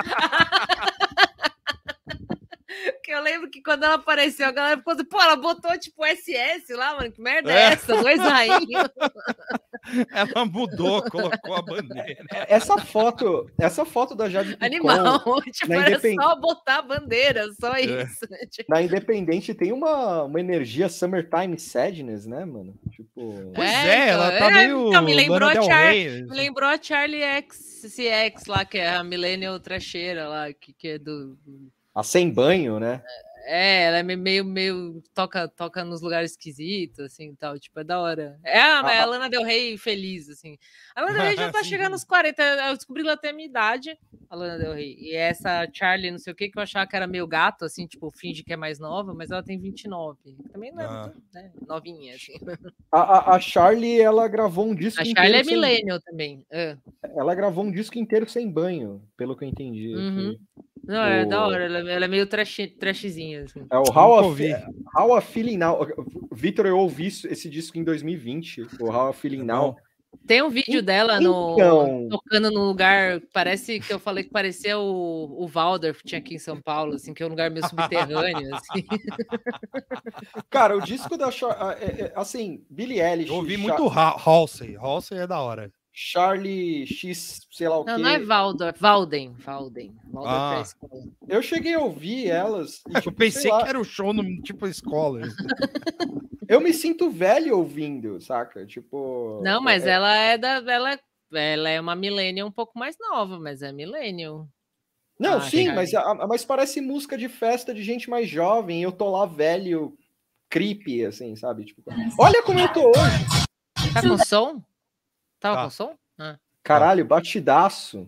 Que eu lembro que quando ela apareceu, a galera ficou assim, pô, ela botou, tipo, S S lá, mano, que merda é, é essa? Dois rainhos. Ela mudou, colocou a bandeira. Essa foto, essa foto da Jade Picon... Animal, tipo, era independ... só botar a bandeira, só isso. É. Tipo... Na Independente tem uma, uma energia Summertime Sadness, né, mano? Tipo... Pois é, é ela tá é, meio... Então, me lembrou, a Char... me lembrou a Charlie X C X lá, que é a Millennial Trecheira lá, que, que é do... A Sem Banho, né? É, ela é meio, meio toca, toca nos lugares esquisitos, assim, tal, tipo, é da hora. É a, ah, é a Lana Del Rey feliz, assim. A Lana Del Rey já tá chegando nos quarenta, eu descobri ela até a minha idade, a Lana Del Rey. E essa Charlie, não sei o que, que eu achava que era meio gato, assim, tipo, finge que é mais nova, mas ela tem vinte e nove. Também não é ah. muito, né, novinha, assim. A, a, a Charlie, ela gravou um disco a inteiro... A Charlie é sem... millennial também. É. Ela gravou um disco inteiro sem banho, pelo que eu entendi. Uhum. Aqui. Não, é o... da hora, ela, ela é meio trash, trashzinha. Assim. É o How I, How I Feeling Now. Vitor, eu ouvi esse disco em dois mil e vinte, o How I Feeling Now. Tem um vídeo então... dela no, tocando num lugar, parece que eu falei que parecia o, o Valder que tinha aqui em São Paulo, assim, que é um lugar meio subterrâneo. Assim. Cara, o disco da... Assim, Billie Eilish... Eu ouvi muito Halsey, Halsey é da hora. Charlie X, sei lá o não, quê. Não, não é Valder, Valden, Valden. Valden ah. Eu cheguei a ouvir elas. E, tipo, eu pensei que era o show no tipo escola. Eu me sinto velho ouvindo, saca? Tipo. Não, mas é... ela é da. Ela, ela é uma millennial um pouco mais nova, mas é millennial. Não, ah, sim, mas, mas parece música de festa de gente mais jovem. E eu tô lá velho, creepy, assim, sabe? Tipo, olha como eu tô hoje. Tá com som? Tava tá. com som? Ah. Caralho, batidaço.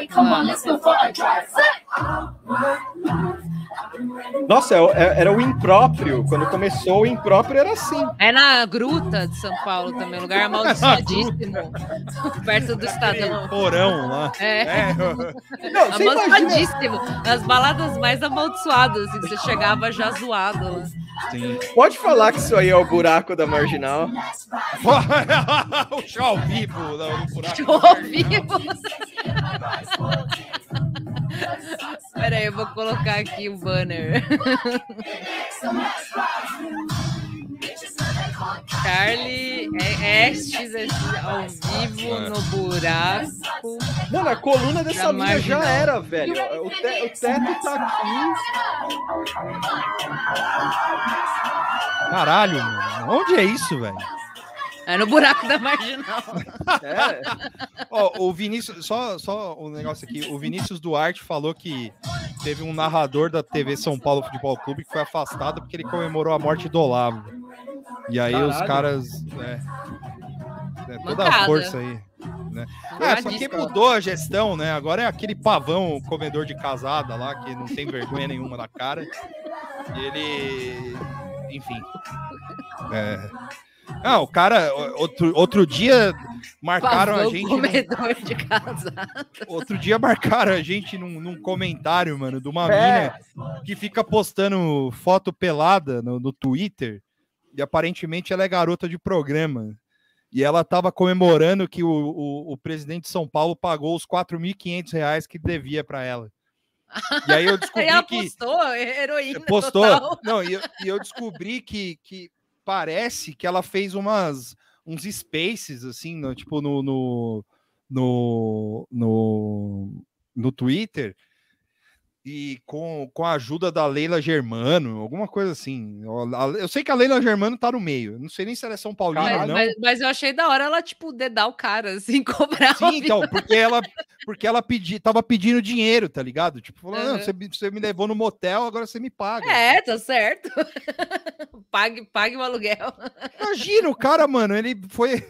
Nossa, era o impróprio. Quando começou, o impróprio era assim. É na Gruta de São Paulo também, um lugar amaldiçoadíssimo. Perto do Estadão. Porão lá. É. é. Não, amaldiçoadíssimo. As baladas mais amaldiçoadas, assim, que você chegava já zoado lá. Sim. Pode falar que isso aí é o buraco da Marginal. O show ao vivo. Não, o buraco show ao vivo. Espera aí, eu vou colocar aqui o banner. Charlie Estes ao vivo no buraco. Mano, a coluna dessa mina já era, velho. O, te, o teto tá aqui. Caralho, mano. Onde é isso, velho? É no buraco da Marginal. É. Ó, o Vinícius, só, só um negócio aqui. O Vinícius Duarte falou que teve um narrador da T V São Paulo Futebol Clube que foi afastado porque ele comemorou a morte do Olavo. E aí Caralho. os caras... É, é, toda a força aí. Né? É, só que mudou a gestão, né? Agora é aquele pavão comedor de casada lá, que não tem vergonha nenhuma na cara. E ele... Enfim. É... Não, o cara, outro, outro dia marcaram Pavão a gente... comedor num... de casada. Outro dia marcaram a gente num, num comentário, mano, de uma é. mina que fica postando foto pelada no, no Twitter e aparentemente ela é garota de programa. e ela estava comemorando que o, o, o presidente de São Paulo pagou os quatro mil e quinhentos reais que devia para ela. E aí eu descobri e ela que... postou, heroína postou. total. Não, e eu, e eu descobri que, que parece que ela fez umas, uns spaces, assim, no, tipo, no, no, no, no, no Twitter, e com, com a ajuda da Leila Germano, alguma coisa assim. Eu sei que a Leila Germano tá no meio. Não sei nem se ela é São Paulina ou Mas, não. mas, mas eu achei da hora ela, tipo, dedar o cara, assim, cobrar. Sim, então, porque ela, porque ela pedi, tava pedindo dinheiro, tá ligado? Tipo, falou, Uhum. não, você, você me levou no motel, agora você me paga. É, tá certo. pague, pague o aluguel. Imagina, o cara, mano, ele foi...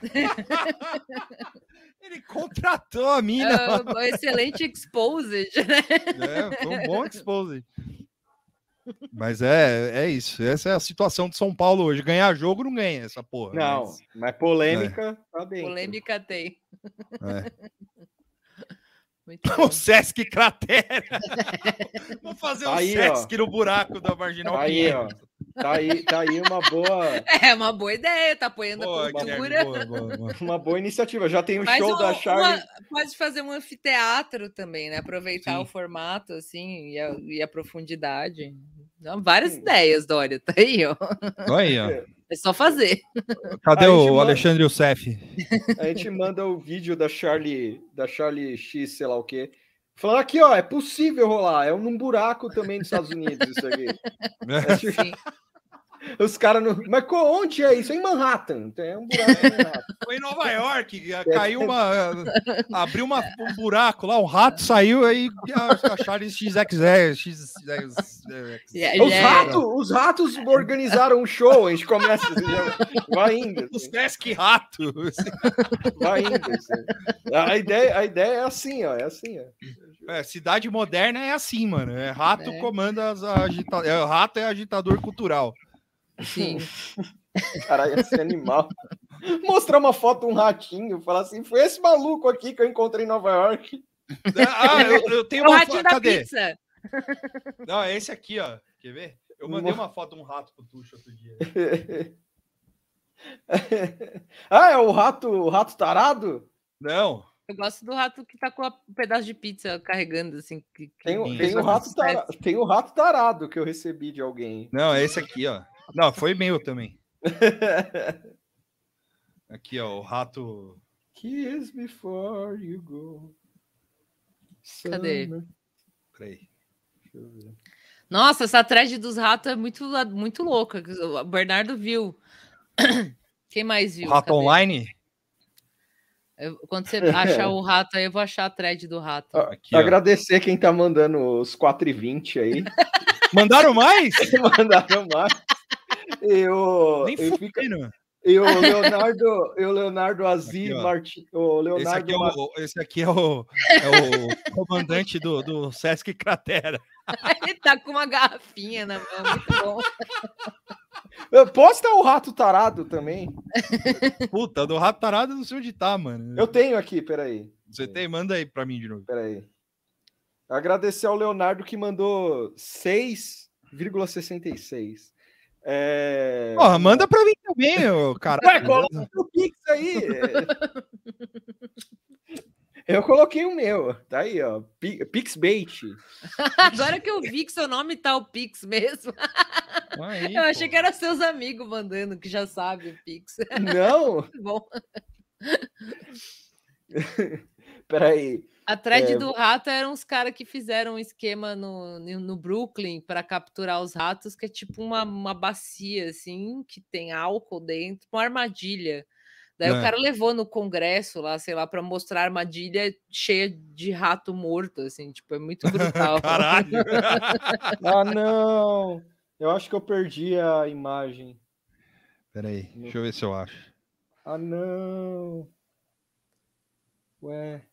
Ele contratou a mina. É um excelente exposed, né? É, foi um bom exposed. Mas é, é isso. Essa é a situação de São Paulo hoje. Ganhar jogo não ganha essa porra. Não, mas, mas polêmica é. Tá bem. Polêmica tem. É. Muito bom. O Sesc Cratera. Vamos fazer um Aí, Sesc ó. no buraco da Marginal Aí, Pinheiros. ó. Tá aí, tá aí uma boa, É uma boa ideia, tá apoiando Boa, a cultura. Guilherme, boa, boa, boa. uma boa iniciativa. Já tem o Faz show um- da Charlie. uma- pode fazer um anfiteatro também, né? Aproveitar Sim. o formato, assim, e a, e a profundidade. Não, várias Sim. ideias, Dória. Tá aí, ó. Olha aí, ó. É só fazer. Cadê A gente o manda- Alexandre Youssef? A gente manda o vídeo da Charlie, da Charlie X, sei lá o quê. Falando aqui, ó, é possível rolar. É num buraco também dos Estados Unidos, isso aqui. É tipo- Sim. Os caras não. Mas co- onde é isso? É em Manhattan. É um buraco em Manhattan. Foi em Nova York, caiu uma. Abriu uma, um buraco lá, um rato saiu aí acharam X X X. X X. Yeah, Os, yeah. ratos, os ratos organizaram um show, a gente começa. Assim, já- vai indo. O Assim, Sesc Rato. vai indo. Assim. A, ideia, a ideia é assim, ó. É assim, ó. É, cidade moderna é assim, mano. É rato É. comanda as agita... é, rato é agitador cultural. Sim. Caralho, esse animal. Mostrar uma foto de um ratinho, falar assim: foi esse maluco aqui que eu encontrei em Nova York. Ah, eu, eu tenho É o uma ratinho foto. da Cadê? pizza. Não, é esse aqui, ó. Quer ver? Eu mandei uma foto de um rato pro Tuxo outro dia. Ah, é o rato, o rato tarado? Não. Eu gosto do rato que tá com a- um pedaço de pizza carregando, assim. Que, que Tem, o- Sim, tem, fez o uma rato sucesso. tarado, tem o rato tarado que eu recebi de alguém. Não, é esse aqui, ó. Não, foi meu também. Aqui, ó, o rato. Kiss before you go. Cadê? Summer. Peraí. Deixa eu ver. Nossa, essa thread dos ratos é muito, muito louca. O Bernardo viu. Quem mais O viu? rato Cadê? online? Eu- quando você achar o rato aí, eu vou achar a thread do rato. Ah, Aqui, ó. Agradecer quem tá mandando os quatro e vinte aí. Mandaram mais? Mandaram mais. E o, Nem e fica- fudendo. e o Leonardo, e o Leonardo Aziz Aqui, ó. Martins. O Esse Leonardo aqui é Ma- o, esse aqui é o, é o comandante do, do Sesc Cratera. Ele tá com uma garrafinha na mão, muito bom. Posta o rato tarado também. Puta, do rato tarado eu não sei onde tá, mano. Eu tenho aqui, peraí. Você tem? Manda aí pra mim de novo. Peraí. Agradecer ao Leonardo que mandou seis vírgula sessenta e seis. É... Porra, manda pra mim também, ô, cara. Ué, coloca o Pix aí. Eu coloquei o meu. Tá aí, ó. Pi- Pixbait. Agora que eu vi que seu nome tá o Pix mesmo. Aí, Eu achei pô. que era seus amigos mandando, que já sabe o Pix. Não. Muito bom. Peraí. A thread É. do rato eram os caras que fizeram um esquema no, no Brooklyn para capturar os ratos, que é tipo uma, uma bacia, assim, que tem álcool dentro, uma armadilha. Daí É. o cara levou no congresso lá, sei lá, para mostrar a armadilha cheia de rato morto, assim, tipo, é muito brutal. Caralho. Ah, não. Eu acho que eu perdi a imagem. Peraí, deixa eu ver se eu acho. Ah, não. Ué.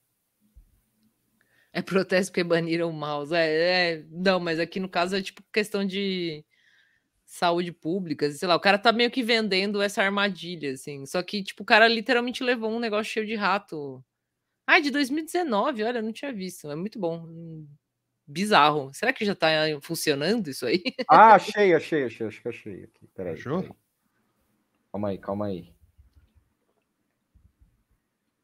É protesto porque baniram o mouse. É, é, não, mas aqui no caso é tipo questão de saúde pública, sei lá, o cara tá meio que vendendo essa armadilha, assim. Só que, tipo, o cara literalmente levou um negócio cheio de rato. Ah, de dois mil e dezenove, olha, eu não tinha visto. É muito bom. Hum, Bizarro. Será que já tá funcionando isso aí? Ah, achei, achei, achei. Acho que achei aqui. Peraí. Achou? peraí. Calma aí, calma aí.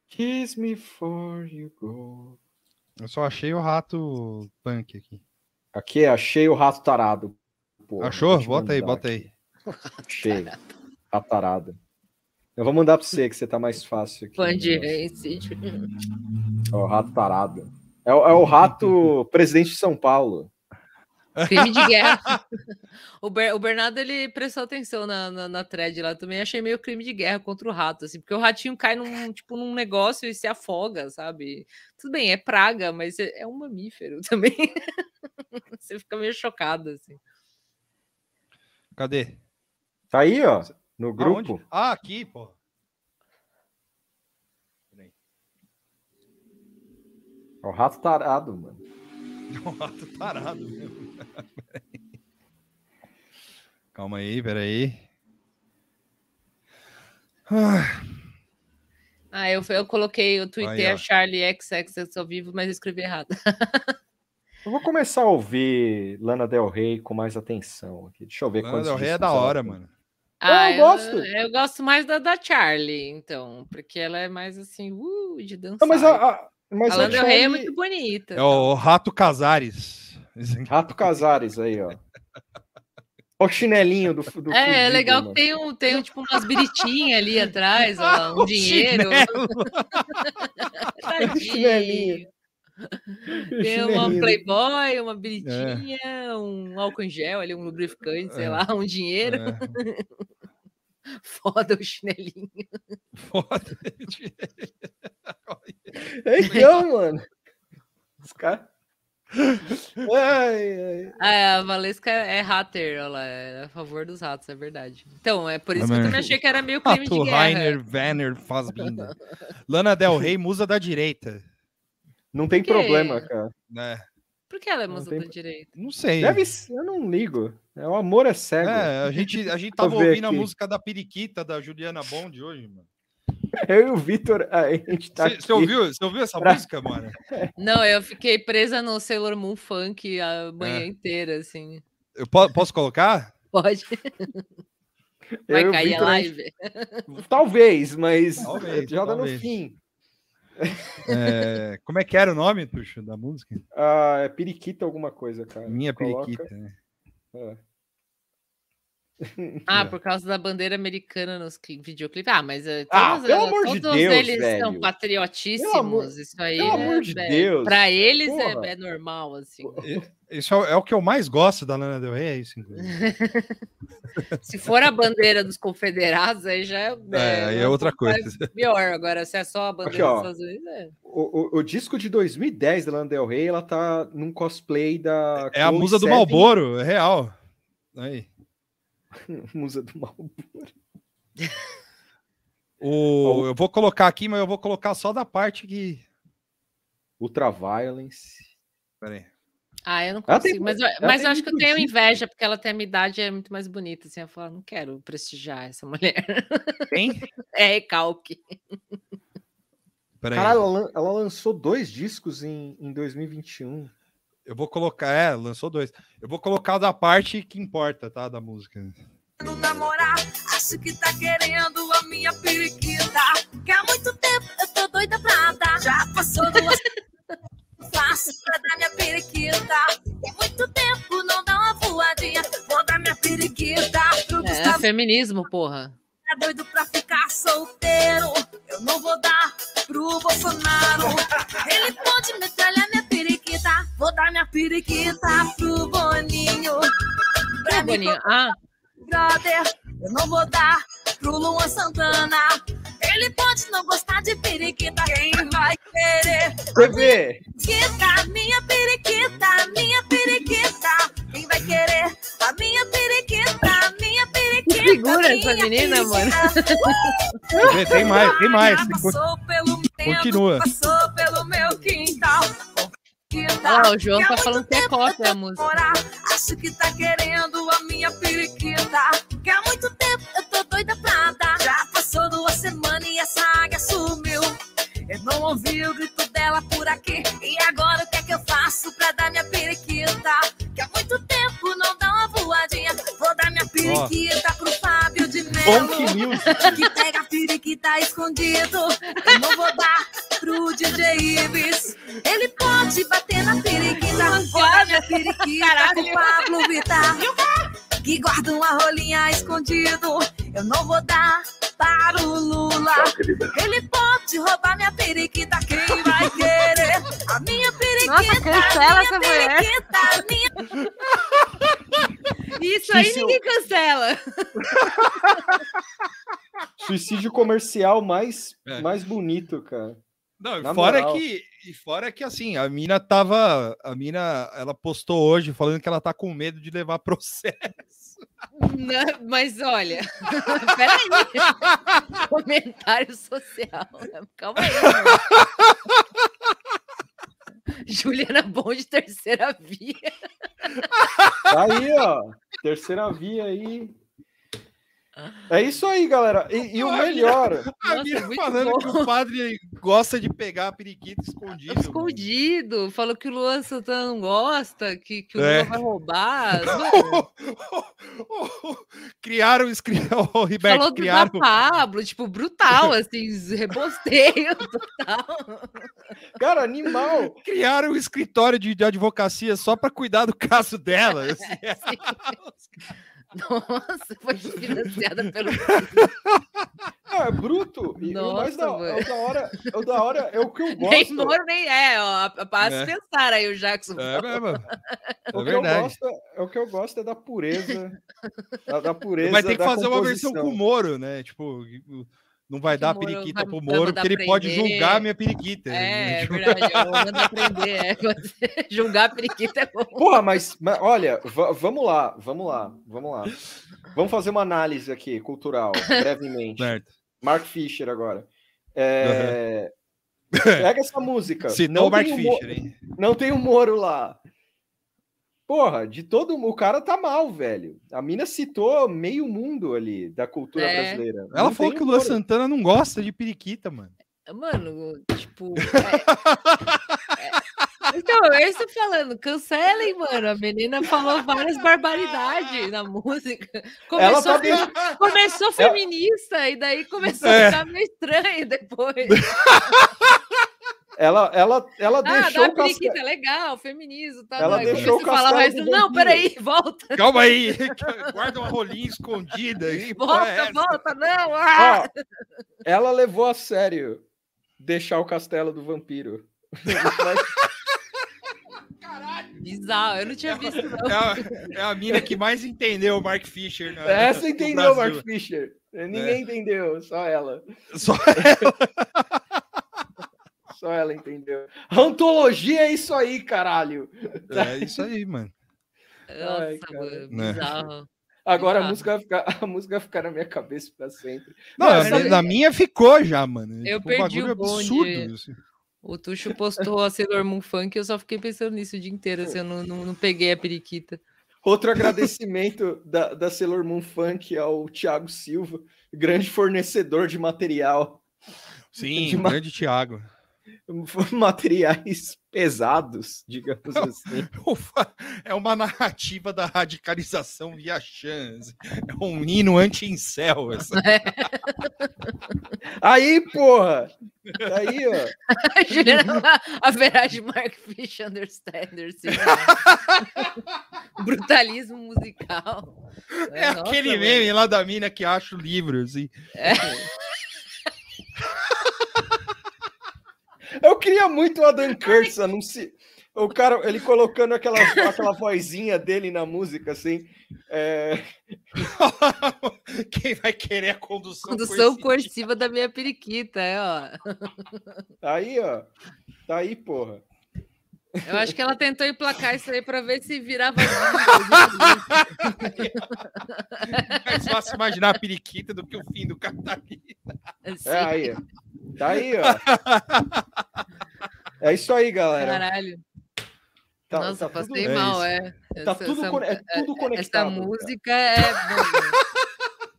Kiss me before you go. Eu só achei o rato punk aqui. Aqui, achei o rato tarado. Porra, Achou? Bota aí, bota aqui. aí. Achei. Rato tarado. Eu vou mandar pra você, que você tá mais fácil aqui. Fã de Race. Ó, o rato tarado. É, o- é o rato presidente de São Paulo. Crime de guerra. O, Ber- o Bernardo, ele prestou atenção na, na, na thread lá também. Achei meio crime de guerra contra o rato, assim, porque o ratinho cai num, tipo, num negócio e se afoga, sabe? Tudo bem, é praga, mas é, é um mamífero também. Você fica meio chocado, assim. Cadê? Tá aí, ó, no grupo. Aonde? Ah, aqui, pô. É o rato tarado, mano. O rato tarado mesmo. Calma aí, peraí. Ah, Ah, eu, eu coloquei, eu tuitei Aí, ó. a Charlie X X ao vivo, mas eu escrevi errado. Eu vou começar a ouvir Lana Del Rey com mais atenção aqui. Deixa eu ver Lana quantos Del Rey é discos da ela hora, tem. mano. Ah, eu gosto. Eu, eu gosto mais da, da Charlie, então, porque ela é mais assim, uh, de dançar. Não, mas a, a, mas a a Lana Del Rey é Charlie- muito bonita. É o Rato Casares. Rato Casares aí, ó. Olha o chinelinho do, do É, é fudido, legal mano. que tem, um, tem um, tipo umas biritinhas ali atrás, ó, um O dinheiro. Tadinho. Chinelinho. Tem uma Chinelinho. Playboy, uma biritinha, um álcool em gel ali, um lubrificante, sei É. lá, um dinheiro. É, Foda o chinelinho. foda. É então, mano. Os caras. Ai, ai. Ah, a Valesca é hater, ela é a favor dos ratos, é verdade. Então, é por isso que eu também achei que era meio crime de Rato guerra. Rainer Werner Fassbinder. Lana Del Rey, musa da direita. Não tem quê? problema, cara. Né? Por que ela é Não musa tem- da direita? Não sei. Deve ser, eu não ligo. É, o amor é cego. É, a gente, a gente Deixa eu tava ver ouvindo a aqui. música da Periquita, da Juliana Bond hoje, mano. Eu e o Vitor, a gente tá Você aqui. ouviu, você ouviu essa pra- música, mano? Não, eu fiquei presa no Sailor Moon Funk a manhã É. inteira, assim. Eu po- posso colocar? Pode. Eu Vai e o cair a Vitor, a gente- live. Talvez, mas Talvez, joga talvez. no fim. É, como é que era o nome, Tuxo, da música? Ah, é periquita alguma coisa, cara. Minha Coloca. Periquita. né? É. Ah, por causa da bandeira americana nos cli- videoclipes. Ah, mas eh, Ah, todas pelo elas- amor de todos Deus, eles velho. são patriotíssimos. Pelo amor- isso aí pelo é, amor de é, Deus. pra eles é, Porra. é normal, assim. Isso é, é o que eu mais gosto da Lana Del Rey, é isso, inclusive. Se for a bandeira dos confederados, aí já é, É, aí é um outra pouco mais coisa. pior. Agora, se é só a bandeira Aqui, dos ó. Estados Unidos, é. O, o, o disco de dois mil e dez da Lana Del Rey, ela tá num cosplay da. É a Chloe musa do Sevigny. Malboro, é real. Aí. Musa do Malboro. O, eu vou colocar aqui, mas eu vou colocar só da parte que. Ultraviolence. Pera aí. Ah, eu não Ela tem consigo. Mas, eu- ela mas tem eu acho que eu muito tenho disco. inveja, porque ela tem a minha idade e é muito mais bonita. Assim, eu falo, não quero prestigiar essa mulher. Quem? É recalque. Pera aí. Caralho, ela, lan- ela lançou dois discos em, em dois mil e vinte e um. Eu vou colocar. É, lançou dois. Eu vou colocar da parte que importa, tá? Da música. namorar, acho que tá querendo a minha periquita. Que há muito tempo eu tô doida pra dar. Já passou duas faço pra dar minha periquita. Tem muito tempo não dá uma voadinha. Vou dar minha periquita pro É, Gustavo. feminismo, porra. É doido pra ficar solteiro. Eu não vou dar pro Bolsonaro. Ele pode metralhar minha periquita. Vou dar minha periquita pro Boninho. Pra É, me Boninho. Ah, brother, eu não vou dar pro Luan Santana. Ele pode não gostar de periquita. Quem vai querer T V! periquita? Minha periquita, minha periquita. Quem vai querer a minha periquita? Minha periquita. figura essa minha menina, mano. Quer ver? Tem mais, tem mais. Já Tem co- passou pelo meu, Continua. passou pelo meu quintal. Olha lá, o João tá falando que é cópia a música. Morar, acho que tá querendo a minha periquita. Que há muito tempo eu tô doida pra dar. Já passou duas semanas e essa águia sumiu. Eu não ouvi o grito dela por aqui. E agora o que é que eu faço pra dar minha periquita? Que há muito tempo não dá uma voadinha. Vou dar minha periquita pro Fábio de Melo. Funk Music. Que pega a periquita periquita escondido. Eu não vou dar pro D J Ives. Ele pode bater na periquita, roubar minha periquita com o Pablo Vittar, que guarda uma rolinha escondido. Eu não vou dar para o Lula. Ele pode roubar minha periquita, quem vai querer? A minha periquita, Nossa, cancela minha essa mulher. periquita, minha... Isso aí Suicídio- ninguém cancela. Suicídio comercial mais, É. mais bonito, cara. Não, e Na fora moral. que, e fora que assim, a mina tava, a mina, ela postou hoje falando que ela tá com medo de levar processo. Não, mas olha, peraí. Comentário social. Calma aí. Mano. Juliana Bom de terceira via. Tá aí, ó. Terceira via aí. É isso aí, galera. E, e o melhor. A Nossa, mina muito falando bom. que o padre gosta de pegar a periquita escondido. mano. Escondido. Falou que o Luan Santana não gosta, que, que o É. Lula vai roubar. Mano, Criaram o escritório, o Riberto, falou do criaram, da Pablo, tipo, brutal, assim, rebosteio total. Cara, animal. criaram o escritório de, de advocacia só para cuidar do caso dela. assim. Nossa, foi financiada pelo. Não, é bruto. E o mais da, Nossa, é mano. o da hora, é o da hora, é o que eu Nem gosto. Moro, nem é, ó. Para É. se pensar aí, o Jackson. É mesmo. O É que eu verdade. gosto, é o que eu gosto é da pureza, da, da pureza. Vai ter que da fazer uma versão composição. com o Moro, né? Tipo, não vai Que dar Moro periquita vai- pro vai Moro, mandar porque ele pode prender. julgar a minha periquita. É, né? é Tipo, verdade. Eu mando aprender. É, você julgar a periquita é bom. Porra, mas, mas olha, va- vamos lá, vamos lá, vamos lá. Vamos fazer uma análise aqui, cultural, brevemente. certo. Mark Fisher agora. É, Pega essa música. Citou Não o Mark tem o Mo- Fisher, hein? Não tem o Moro lá. Porra, de todo o cara tá mal, velho. A mina citou meio mundo ali da cultura É. brasileira. Ela Não falou tem que o o Luan Moro. Santana não gosta de periquita, mano. Mano, tipo. é- é- Então, eu estou falando, cancelem, mano. A menina falou várias barbaridades na música. Ela Começou, tá bem- começou feminista e daí começou É. a ficar meio estranho depois. Ela, ela, ela Ah, deixou dá o casca... periquita, legal, feminismo, tá? Ela Aí deixou começa o a falar o castelo resto. do Não, vampiro. peraí, volta, Calma aí. Guarda uma rolinha escondida aí. volta, é volta, não. Ah! Ó, ela levou a sério deixar o castelo do vampiro. Bizarro, eu não tinha visto, não. É a, é a mina que mais entendeu o Mark Fisher. né, Essa no entendeu, Brasil. Mark Fisher. Ninguém entendeu, só ela. Só Só ela entendeu. A ontologia é isso aí, caralho. É isso aí, mano. Nossa, Ai, cara. mano, Né. bizarro. Agora a Bizarro. música, vai ficar, a música vai ficar na minha cabeça pra sempre. Não, Não, a essa- mi- na minha ficou já, mano. Eu Ficou um perdi bagulho o bonde. absurdo. assim. O Tuxo postou a Sailor Moon Funk e eu só fiquei pensando nisso o dia inteiro, assim, eu não, não, não peguei a periquita. Outro agradecimento da, da Sailor Moon Funk ao Thiago Silva, grande fornecedor de material. Sim, De ma- grande Thiago. Materiais pesados, digamos assim. Ufa, é uma narrativa da radicalização via chance. É um hino anti-incel. essa. Aí, porra! Aí, ó. A Juliana, a verdade, Mark Fish Understander, sim, né? Brutalismo musical. É Nossa, aquele mano. meme lá da mina que acha o livro, assim. Eu queria muito o Adam Curtis anunciar. O cara, ele colocando aquela, aquela vozinha dele na música, assim. É... Quem vai querer a condução? Condução coercitiva? coerciva da minha periquita, é, ó. Aí, ó. Tá aí, porra. Eu acho que ela tentou emplacar isso aí pra ver se virava. É mais fácil imaginar a periquita do que o fim do capitalismo. Assim. É aí. Tá aí, ó. É isso aí, galera. Caralho. Tá, Nossa, tá tudo- passei é mal, isso. é. Tá Essa- tudo, essa- con- é tudo Essa conectado. cara. música é.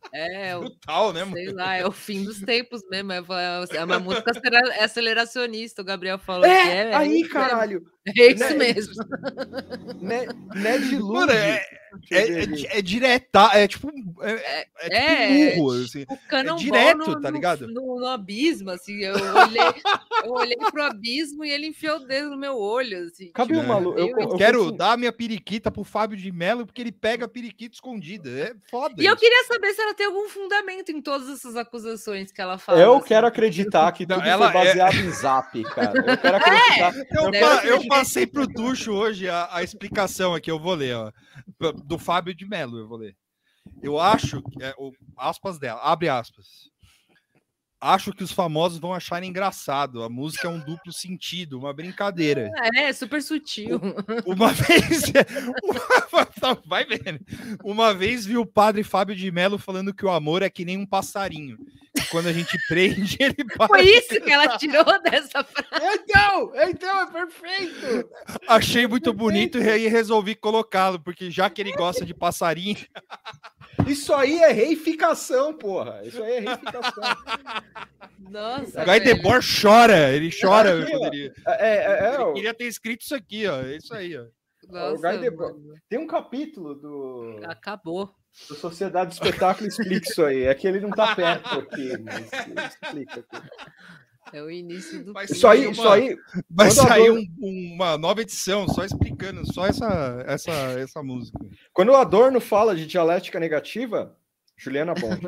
É, o, Brutal, né, sei mano? lá, é o fim dos tempos mesmo. É, é uma música acelera- é aceleracionista, o Gabriel falou que É, é. É aí, isso mesmo. caralho. É isso Né, mesmo. Né, Ned Mano, Ludd. é, é, é, di- é direta, é tipo. É, é tipo É, um murro, assim. o É Cannonball direto, no, tá no- ligado? No, no abismo, assim. Eu olhei, eu olhei pro abismo e ele enfiou o dedo no meu olho, assim. Cabe tipo, um maluco. Eu, meio eu, Eu quero assim, dar minha periquita pro Fábio de Mello porque ele pega a periquita escondida. É foda. E eu isso. queria saber se ela tem algum fundamento em todas essas acusações que ela fala. eu assim. quero acreditar que Não, tudo ela foi é- baseado em Zap, cara. Eu quero acreditar. Eu, Deve pa- ser. eu passei pro Tuxo hoje a, a explicação aqui, eu vou ler, ó. Do Fábio de Mello, eu vou ler. Eu acho, que é, o, aspas dela, abre aspas. Acho que os famosos vão achar engraçado. A música é um duplo sentido, uma brincadeira. É, super sutil. Uma vez. Uma, vai vendo. Uma vez vi o padre Fábio de Mello falando que o amor é que nem um passarinho. Que quando a gente prende, ele para. Foi isso que ela tirou dessa frase. Então, então, é perfeito. Achei muito bonito e aí resolvi colocá-lo, porque já que ele gosta de passarinho. Isso aí é reificação, porra. Isso aí é reificação. Nossa. O Guy velho. Debord chora, ele chora. Aqui, quando ó. ele... É, é, é, ele o- queria ter escrito isso aqui, ó. É isso aí, ó. Nossa, o Guy Debord. mano. Tem um capítulo do, Acabou. do Sociedade do Espetáculo que explica isso aí. É que ele não tá perto aqui, mas ele explica aqui. É o início do. Vai Isso aí, Uma- isso aí. Vai Quando a sair dor- um- uma nova edição, só explicando, só essa, essa, essa música. Quando o Adorno fala de dialética negativa, Juliana Bond.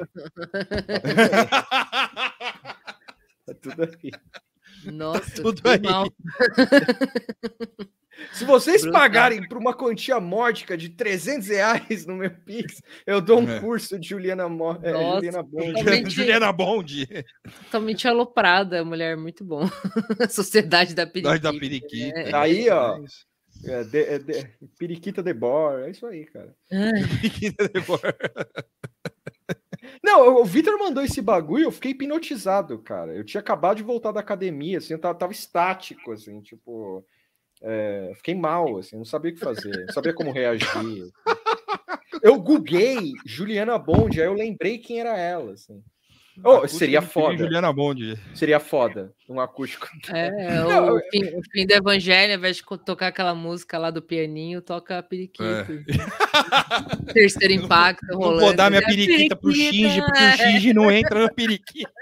Tá tudo aqui. Nossa, Tudo que aí. mal. Se vocês Brutal. pagarem por uma quantia módica de trezentos reais no meu Pix, eu dou um É. curso de Juliana, Mo... é, Nossa, Juliana Bond. totalmente- Juliana Bond. Totalmente aloprada, mulher, muito bom. Sociedade da Periquita. Nós da Periquita. É. Aí, ó. É, de, é, de, Periquita Debord, é isso aí, cara. Periquita Debord. Não, o Vitor mandou esse bagulho, eu fiquei hipnotizado, cara. Eu tinha acabado de voltar da academia, assim, eu tava, tava estático, assim, tipo. É, fiquei mal, assim, não sabia o que fazer, não sabia como reagir. Assim. Eu googlei Juliana Bond, aí eu lembrei quem era ela, assim. Oh, Acústica seria M T V foda. Juliana Bond. Seria foda, um acústico. É, Não, o, fim, o fim do Evangelho, ao invés de co- tocar aquela música lá do pianinho, toca a periquita. Terceiro impacto Não rolando. vou dar minha É, periquita pro Shinji, porque o é. Shinji não entra na periquita.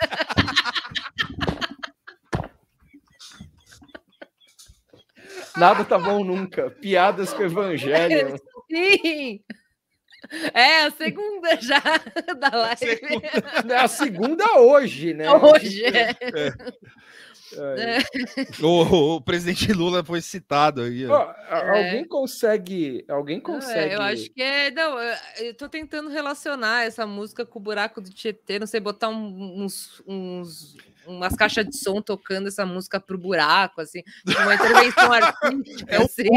Nada tá bom nunca. Piadas com o evangelho. Sim! É a segunda já da live. É a segunda hoje, né? Hoje, é. É. O, o presidente Lula foi citado aí. Ó, ó. a- Alguém consegue. Alguém Não, é, consegue. eu acho que é. Não, eu, eu tô tentando relacionar essa música com o buraco do Tietê, não sei, botar um- uns, uns- umas caixas de som tocando essa música pro buraco, assim, uma intervenção artística, É um assim.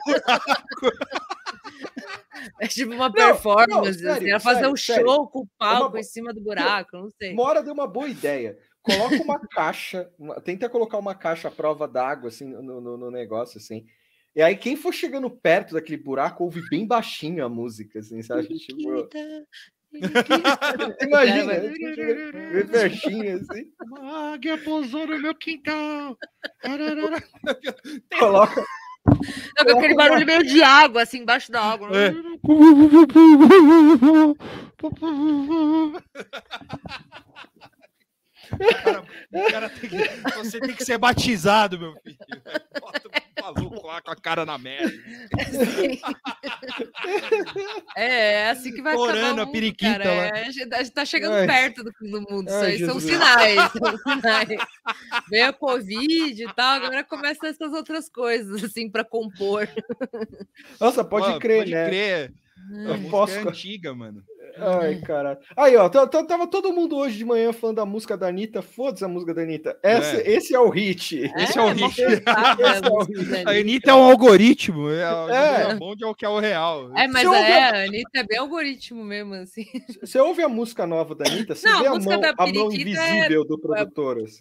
É tipo uma performance, não, assim, sério, ela fazer sério, um sério. show com o palco bo- em cima do buraco, não sei. Mora deu uma boa ideia. Coloca uma caixa, uma- tenta colocar uma caixa à prova d'água assim no, no- no negócio assim. E aí quem for chegando perto daquele buraco ouve bem baixinho a música, assim, sabe? Tipo, imagina, Cara, né? Chega bem pertinho assim. Uma águia pousou no meu quintal. Coloca. Não, com aquele barulho meio de água, assim, embaixo da água. É. O cara, o cara tem que, você tem que ser batizado, meu filho. Bota um maluco lá com a cara na merda. É, é assim que vai acabar Torando o a mundo, periquita cara. lá. É, a gente a gente tá chegando Ai. perto do fim do mundo. Isso Ai, aí são Jesus. sinais, são sinais. Veio a Covid e tal, agora começam essas outras coisas, assim, para compor. Nossa, pode Mano, crer, pode né? crer. A Eu música posso- é antiga, mano. Ai, caralho. Aí, ó, tá- tá- tava todo mundo hoje de manhã falando da música da Anitta. Foda-se a música da Anitta. Essa, É. Esse é o hit. Esse é o mó hit. pesada Esse é a o música da A Anitta. Anitta é um algoritmo. É, a É. Juliana Bond é o que é o real. É, mas Se eu é, ouver- a Anitta é bem algoritmo mesmo, assim. Você ouve a música nova da Anitta, você Não, a vê a música mão, da a mão Periquita invisível do produtor, assim.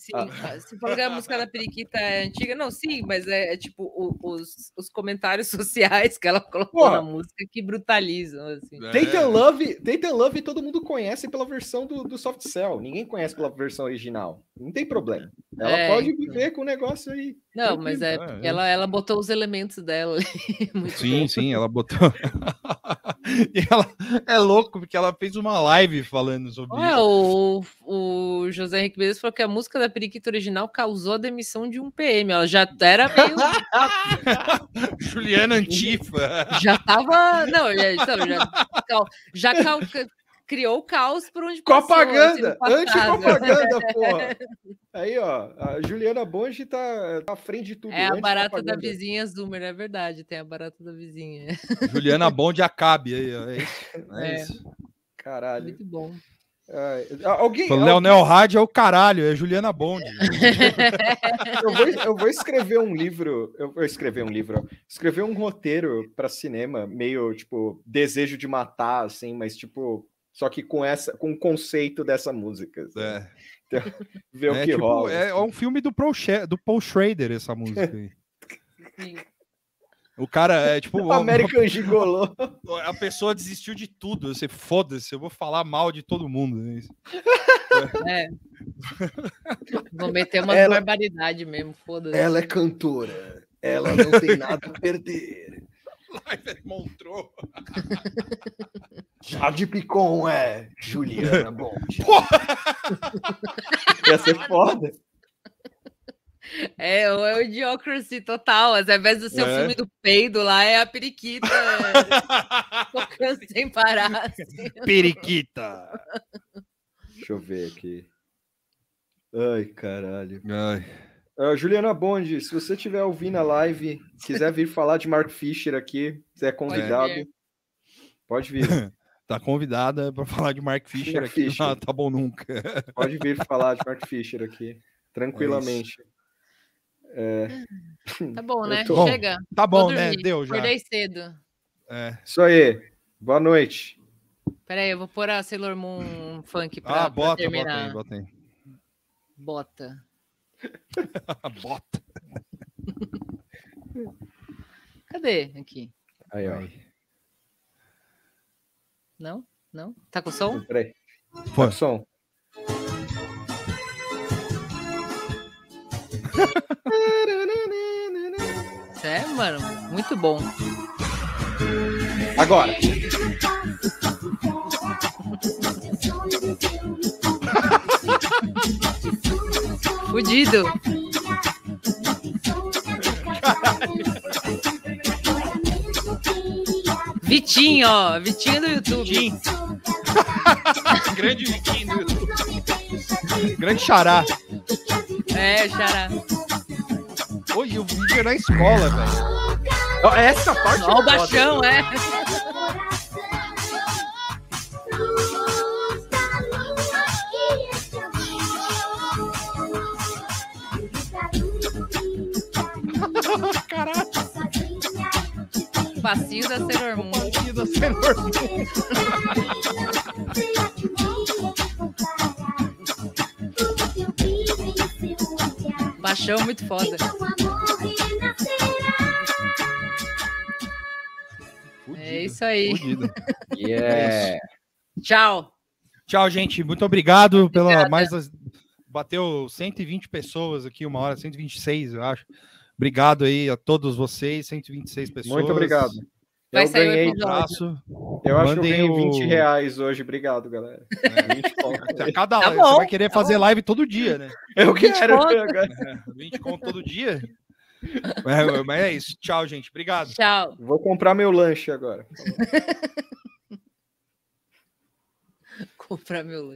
Sim, ah, você falou que a música da Periquita é antiga. Não, sim, mas é, é tipo o- os, os comentários sociais que ela colocou Porra. na música que brutalizam, assim. É. Tainted Love, Tainted Love todo mundo conhece pela versão do, do Soft Cell. Ninguém conhece pela versão original. Não tem problema. Ela É, pode então. viver com o negócio aí. Não, mas é, É, porque é. ela, ela botou os elementos dela ali. Muito Sim, bom. sim, ela botou. E ela é louco, porque ela fez uma live falando sobre Ué, isso. o, o José Henrique Bezerra falou que a música da Periquita original causou a demissão de um P M. Ela já era meio. Juliana Antifa. Já tava. Não, já, então, já, cal- já cal- criou o caos por onde passou. assim, Propaganda! no passado. Anti-propaganda, porra! Aí, ó, a Juliana Bonge tá, tá à frente de tudo. É a barata da antipropaganda. vizinha Zoomer, é verdade, tem a barata da vizinha. Juliana Bond Acabe aí, ó. É isso. É É. isso. Caralho. Muito bom. Ai, alguém, Falei, alguém- Leonel Rádio é o caralho, é Juliana Bond. eu, vou, eu vou escrever um livro. Eu vou escrever um livro. ó, Escrever um roteiro para cinema, meio tipo desejo de matar, assim, mas tipo só que com essa, com o conceito dessa música. assim. É. Então, ver o É, que tipo, rola. é assim. um filme do Paul, Schra- do Paul Schrader, essa música aí. Sim. O cara é tipo. uma- American Gigolo. A pessoa desistiu de tudo. Você foda-se, eu vou falar mal de todo mundo. né? É. Vou meter umas Ela- barbaridades mesmo, foda-se. Ela é cantora. Ela não tem nada a perder. Live Montreux. Jade Picon é Juliana Bond. Ia ser foda. É, o- é o Idiocracy total. Ao invés do seu É. filme do peido lá, é a periquita é, tocando sem parar. assim. Periquita. Deixa eu ver aqui. Ai, caralho. Ai. Ah, Juliana Bond, se você estiver ouvindo a live, quiser vir falar de Mark Fisher aqui, se é convidado, vir. pode vir. Tá convidada para falar de Mark Fisher Mark aqui. Fisher. Ah, tá bom nunca. Pode vir falar de Mark Fisher aqui, tranquilamente. Tá bom, né? Eu tô- Bom, Chega. Tá bom, Vou né? dormir. Deu já. Acordei cedo. É. Isso aí. Boa noite. Peraí, eu vou pôr a Sailor Moon funk pra, Ah, pra bota, bota terminar. aí, bota aí. Bota. Bota. Cadê? Aqui. Aí, ó. Não? Não? Tá com som? Peraí. Foi. Tá som. É, mano. Muito bom. Agora. Fudido. Vitinho, ó. Vitinho do YouTube. Vitinho. Grande Vitinho do YouTube. Grande xará. É, Xará. Oi, o vídeo é na escola, velho. Ó, essa parte. Ó, o é foda. baixão, é. Caralho. Passinho da Sailor Moon. Passinho da Sailor Moon. Baixão muito foda. É isso aí. Fudido. Yeah. Tchau. Tchau, gente. Muito obrigado pela Obrigada. mais. Bateu cento e vinte pessoas aqui, uma hora, cento e vinte e seis, eu acho. Obrigado aí a todos vocês, cento e vinte e seis pessoas. Muito obrigado. Vai Eu sair o ganhei. episódio. Abraço. Eu acho que eu Mandem ganhei o- vinte reais hoje. Obrigado, galera. vinte conto. Cada Tá live, bom, você vai querer tá fazer bom. live todo dia, né? Eu vinte quero. conto. agora. vinte conto todo dia. É, mas é isso. Tchau, gente. Obrigado. Tchau. Vou comprar meu lanche agora. Comprar meu